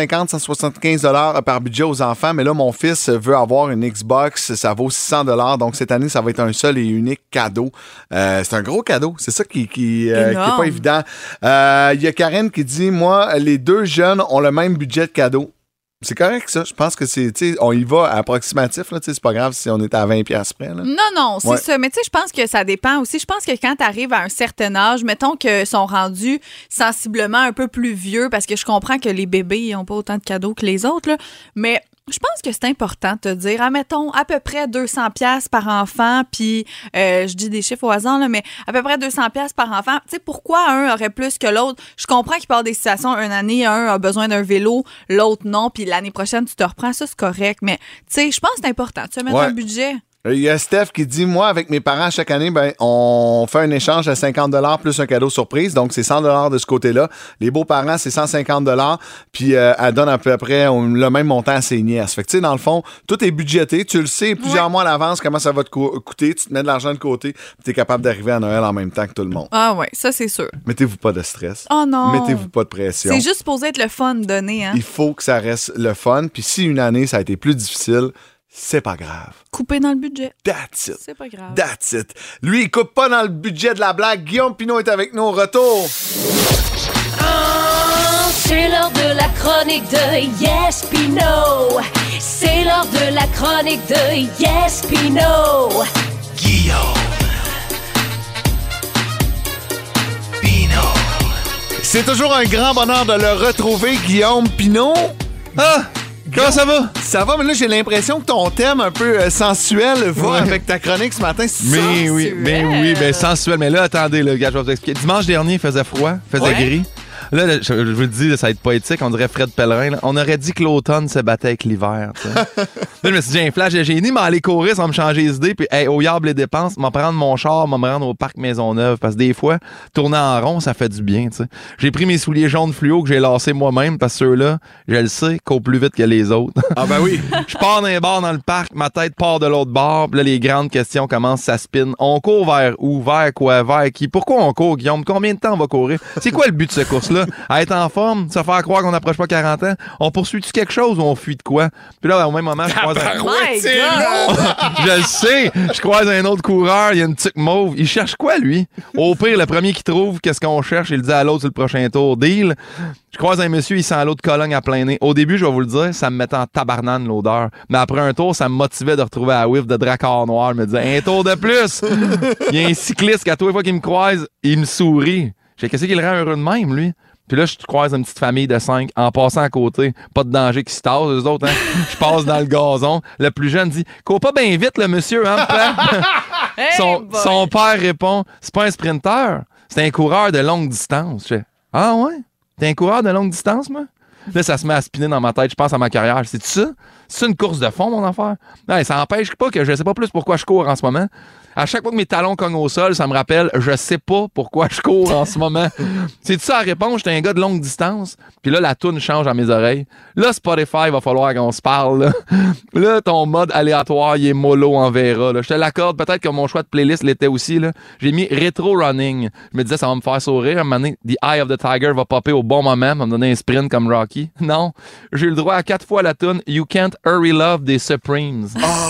[SPEAKER 3] 150-175$ par budget aux enfants, mais là, mon fils veut avoir une Xbox, ça vaut 600$. Donc, cette année, ça va être un seul et unique cadeau. C'est un gros cadeau. C'est ça qui est pas évident. Il y a Karen qui dit, moi, les 2 jeunes ont le même budget de cadeau. C'est correct, ça. Je pense que on y va approximatif, là. C'est pas grave si on est à 20$ près, là.
[SPEAKER 4] Non, c'est ça. Mais tu sais, je pense que ça dépend aussi. Je pense que quand tu arrives à un certain âge, mettons qu'ils sont rendus sensiblement un peu plus vieux, parce que je comprends que les bébés, ils n'ont pas autant de cadeaux que les autres, là. Mais je pense que c'est important de te dire, admettons, à peu près 200$ par enfant, puis je dis des chiffres au hasard, là, mais à peu près 200$ par enfant. Tu sais, pourquoi un aurait plus que l'autre? Je comprends qu'il parle des situations, une année, un a besoin d'un vélo, l'autre non, puis l'année prochaine, tu te reprends, ça, c'est correct. Mais, tu sais, je pense que c'est important. Tu vas mettre un budget.
[SPEAKER 3] Il y a Steph qui dit, moi, avec mes parents, chaque année, ben, on fait un échange à 50$ plus un cadeau surprise. Donc, c'est 100$ de ce côté-là. Les beaux-parents, c'est 150$. Puis, elle donne à peu près le même montant à ses nièces. Fait que, tu sais, dans le fond, tout est budgété. Tu le sais plusieurs mois à l'avance comment ça va te coûter. Tu te mets de l'argent de côté. Puis, tu es capable d'arriver à Noël en même temps que tout le monde.
[SPEAKER 4] Ah ouais, ça, c'est sûr.
[SPEAKER 3] Mettez-vous pas de stress.
[SPEAKER 4] Oh non!
[SPEAKER 3] Mettez-vous pas de pression.
[SPEAKER 4] C'est juste supposé être le fun donné, hein?
[SPEAKER 3] Il faut que ça reste le fun. Puis, si une année, ça a été plus difficile, c'est pas grave.
[SPEAKER 4] Couper dans le budget.
[SPEAKER 3] That's it.
[SPEAKER 4] C'est pas grave.
[SPEAKER 3] That's it. Lui, il coupe pas dans le budget de la blague. Guillaume Pinot est avec nous au retour.
[SPEAKER 1] C'est l'heure de la chronique de Yes Pinot. C'est l'heure de la chronique de Yes Pinot.
[SPEAKER 7] Guillaume Pinot.
[SPEAKER 3] C'est toujours un grand bonheur de le retrouver, Guillaume Pinot.
[SPEAKER 12] Ah! Comment ça va?
[SPEAKER 3] Ça va, mais là, j'ai l'impression que ton thème un peu sensuel va avec ta chronique ce matin.
[SPEAKER 12] Mais oui, sensuel. Mais là, attendez, là, gars, je vais vous expliquer. Dimanche dernier, il faisait froid, faisait gris. Là, je vous le dis, ça va être poétique, on dirait Fred Pellerin. Là. On aurait dit que l'automne se battait avec l'hiver. Là, je me suis dit, j'ai un flash de génie, mais aller courir sans me changer les idées, puis au yard les dépenses, m'en prendre mon char, m'en me rendre au parc Maisonneuve. Parce que des fois, tourner en rond, ça fait du bien. T'sais. J'ai pris mes souliers jaunes fluo que j'ai lassés moi-même, parce que ceux-là, je le sais, courent plus vite que les autres.
[SPEAKER 3] Ah ben oui.
[SPEAKER 12] Je pars d'un bar dans le parc, ma tête part de l'autre bord, puis là, les grandes questions commencent, ça spin. On court vers où? Vers quoi? Vers qui? Pourquoi on court, Guillaume? Combien de temps on va courir? C'est quoi le but de cette course-là? À être en forme, se faire croire qu'on n'approche pas 40 ans. On poursuit-tu quelque chose ou on fuit de quoi? Puis là, au même moment, je croise je le sais! Je croise un autre coureur, il y a une tique mauve. Il cherche quoi, lui? Au pire, le premier qui trouve qu'est-ce qu'on cherche, il le dit à l'autre sur le prochain tour. Deal! Je croise un monsieur, il sent l'autre Cologne à plein nez. Au début, je vais vous le dire, ça me mettait en tabarnane l'odeur. Mais après un tour, ça me motivait de retrouver la whiff de Dracard noir. Je me disais, un tour de plus! Il y a un cycliste qu'à tous les fois qu'il me croise, il me sourit. Je sais, qu'est-ce qu'il rend heureux de même, lui? Puis là, je croise une petite famille de 5 en passant à côté. Pas de danger qui se tasse, eux autres. Hein? Je passe dans le gazon. Le plus jeune dit « Cours pas bien vite, le monsieur, hein, papa? » Son père répond « C'est pas un sprinter, c'est un coureur de longue distance. » Je fais « Ah ouais? T'es un coureur de longue distance, moi? » Là, ça se met à spinner dans ma tête. Je pense à ma carrière. C'est ça? C'est une course de fond, mon affaire? Non, ça n'empêche pas que je sais pas plus pourquoi je cours en ce moment. À chaque fois que mes talons cognent au sol, ça me rappelle, je sais pas pourquoi je cours en ce moment. C'est ça la réponse? J'étais un gars de longue distance. Puis là, la toune change à mes oreilles. Là, Spotify, il va falloir qu'on se parle. Là, là ton mode aléatoire, il est mollo en Vera. Là. Je te l'accorde. Peut-être que mon choix de playlist l'était aussi. Là. J'ai mis Retro Running. Je me disais, ça va me faire sourire. À un moment donné, The Eye of the Tiger va popper au bon moment, va me donner un sprint comme Rocky. Non. J'ai eu le droit à 4 fois la toune You Can't Hurry Love des Supremes.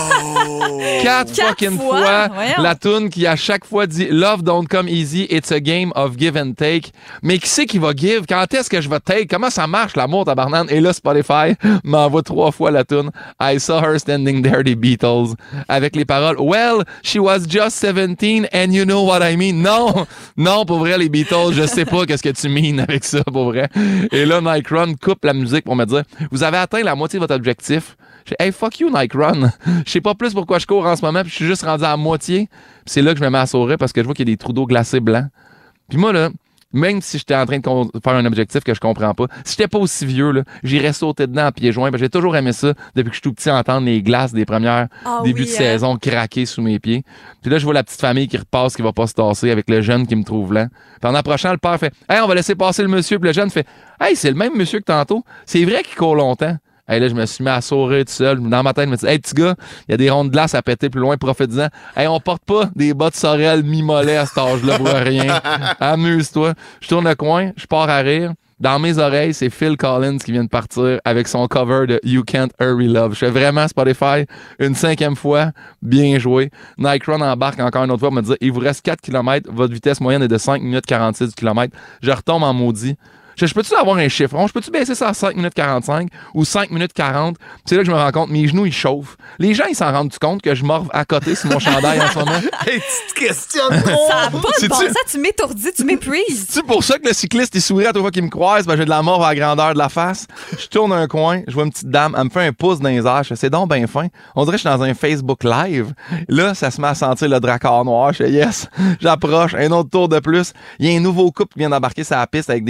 [SPEAKER 3] Oh!
[SPEAKER 12] 4 fucking fois la toune qui à chaque fois dit Love don't come easy, it's a game of give and take. Mais qui c'est qui va give? Quand est-ce que je vais take? Comment ça marche l'amour, tabarnane? Et là, Spotify m'envoie 3 fois la toune I Saw Her Standing There des Beatles avec les paroles Well, she was just 17 and you know what I mean. Non, non, pour vrai, les Beatles, je sais pas qu'est-ce que tu mean avec ça, pour vrai. Et là, Nike Run coupe la musique pour me dire vous avez atteint la moitié de votre objectif. Je dis, hey, fuck you, Nike Run. Je sais pas plus pourquoi je cours en ce moment, puis je suis juste rendu à moitié. Puis c'est là que je me mets à sourire parce que je vois qu'il y a des trous d'eau glacés blancs. Puis moi, là, même si j'étais en train de faire un objectif que je comprends pas, si j'étais pas aussi vieux, là, j'irais sauter dedans à pieds joints. J'ai toujours aimé ça depuis que je suis tout petit, entendre les glaces des premières débuts de saison craquer sous mes pieds. Puis là, je vois la petite famille qui repasse, qui va pas se tasser avec le jeune qui me trouve lent. Puis en approchant, le père fait « Hey, on va laisser passer le monsieur. » Puis le jeune fait « Hey, c'est le même monsieur que tantôt. C'est vrai qu'il court longtemps. » Hey, là, je me suis mis à sourire tout seul. Dans ma tête, je me dis, hey, petit gars, il y a des ronds de glace à péter plus loin, prophétisant. Hey, on porte pas des bottes sorel mi-mollet à cet âge-là pour rien. Amuse-toi. Je tourne le coin, je pars à rire. Dans mes oreilles, c'est Phil Collins qui vient de partir avec son cover de You Can't Hurry Love. Je fais vraiment Spotify une 5e fois. Bien joué. Nike Run embarque encore une autre fois pour me dire, il vous reste 4 km. Votre vitesse moyenne est de 5 minutes 46 du kilomètre. Je retombe en maudit. Je peux-tu avoir un chiffron? Je peux-tu baisser ça à 5 minutes 45 ou 5 minutes 40? C'est là que je me rends compte, mes genoux, ils chauffent. Les gens, ils s'en rendent compte que je morve à côté sur mon chandail en ce moment?
[SPEAKER 3] Hey, tu te questionnes trop!
[SPEAKER 4] Ça a pas de bon sens, tu m'étourdis, tu m'épuises.
[SPEAKER 12] C'est pour ça que le cycliste, il sourit à toute fois qu'il me croise, ben j'ai de la morve à la grandeur de la face. Je tourne un coin, je vois une petite dame, elle me fait un pouce dans les airs. Je fais, c'est donc bien fin. On dirait que je suis dans un Facebook Live. Là, ça se met à sentir le Dracard noir. Je fais, yes, j'approche, un autre tour de plus. Il y a un nouveau couple qui vient d'embarquer sur la piste avec des jambes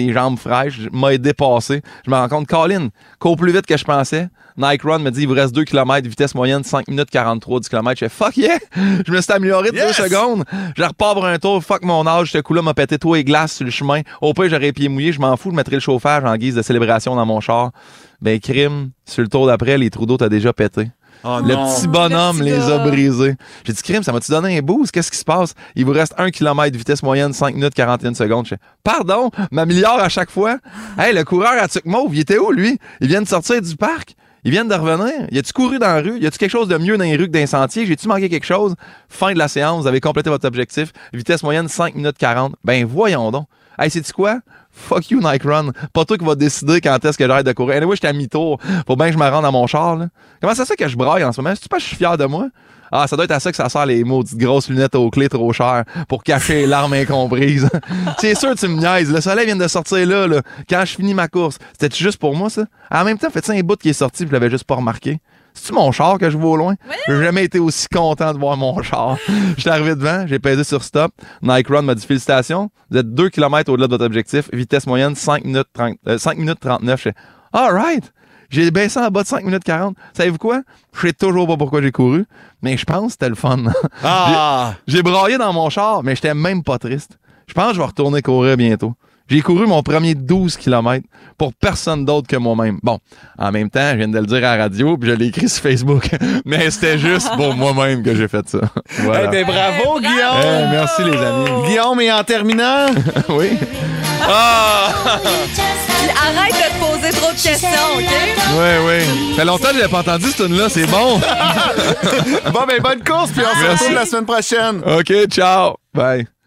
[SPEAKER 12] fraîche, m'a dépassé. Je me rends compte, Colin, cours plus vite que je pensais. Nike Run me dit, il vous reste 2 km, vitesse moyenne, 5 minutes 43 du kilomètre. Je fais, fuck yeah! Je me suis amélioré de 2 secondes. Je repars pour un tour, fuck mon âge, ce coup-là m'a pété tout et glace sur le chemin. Au pire, j'aurais les pieds mouillés, je m'en fous, je mettrais le chauffage en guise de célébration dans mon char. Ben, crime, sur le tour d'après, les trous d'eau t'as déjà pété.
[SPEAKER 3] Oh
[SPEAKER 12] le petit bonhomme les a brisés. J'ai dit, crime, ça m'a-tu donné un boost? Qu'est-ce qui se passe? Il vous reste 1 km, vitesse moyenne, 5 minutes 41 secondes. Je fais, pardon, m'améliore à chaque fois. Hey, le coureur à Tuc Mauve, il était où, lui? Il vient de sortir du parc. Ils viennent de revenir. Y a-tu couru dans la rue? Y a-tu quelque chose de mieux dans les rues que dans les sentiers? J'ai-tu manqué quelque chose? Fin de la séance, vous avez complété votre objectif. Vitesse moyenne, 5 minutes 40. Ben, voyons donc. Hey, sais-tu quoi? Fuck you, Nike Run. Pas toi qui va décider quand est-ce que j'arrête de courir. Anyway, j'étais à mi-tour. Faut bien que je me rende à mon char, là. Comment ça se fait que je braille en ce moment? Est-ce que tu penses que je suis fier de moi? Ah, ça doit être à ça que ça sort les maudites grosses lunettes aux clés trop chères pour cacher les larmes incomprises. C'est sûr que tu me niaises. Le soleil vient de sortir là. Quand je finis ma course. C'était juste pour moi, ça? En même temps, faites-tu un bout qui est sorti et je l'avais juste pas remarqué? C'est-tu mon char que je vois au loin? Oui. J'ai jamais été aussi content de voir mon char. J'étais arrivé devant, j'ai pesé sur stop. Nike Run m'a dit félicitations. Vous êtes 2 km au-delà de votre objectif. Vitesse moyenne 5 minutes 39. Je fais all right. J'ai baissé en bas de 5 minutes 40. Savez-vous quoi? Je sais toujours pas pourquoi j'ai couru, mais je pense que c'était le fun. J'ai braillé dans mon char, mais j'étais même pas triste. Je pense que je vais retourner courir bientôt. J'ai couru mon premier 12 km pour personne d'autre que moi-même. Bon, en même temps, je viens de le dire à la radio, puis je l'ai écrit sur Facebook. Mais c'était juste pour moi-même que j'ai fait ça. Voilà.
[SPEAKER 3] Hey, ben bravo, Guillaume!
[SPEAKER 12] Hey, merci, les amis.
[SPEAKER 3] Guillaume, et en terminant...
[SPEAKER 12] Oui.
[SPEAKER 4] Arrête de te poser trop de questions, OK?
[SPEAKER 12] Oui. Ça fait longtemps que je l'avais pas entendu, cette tune-là. C'est bon.
[SPEAKER 3] Bon, ben bonne course, puis on se retrouve la semaine prochaine.
[SPEAKER 12] OK, ciao. Bye.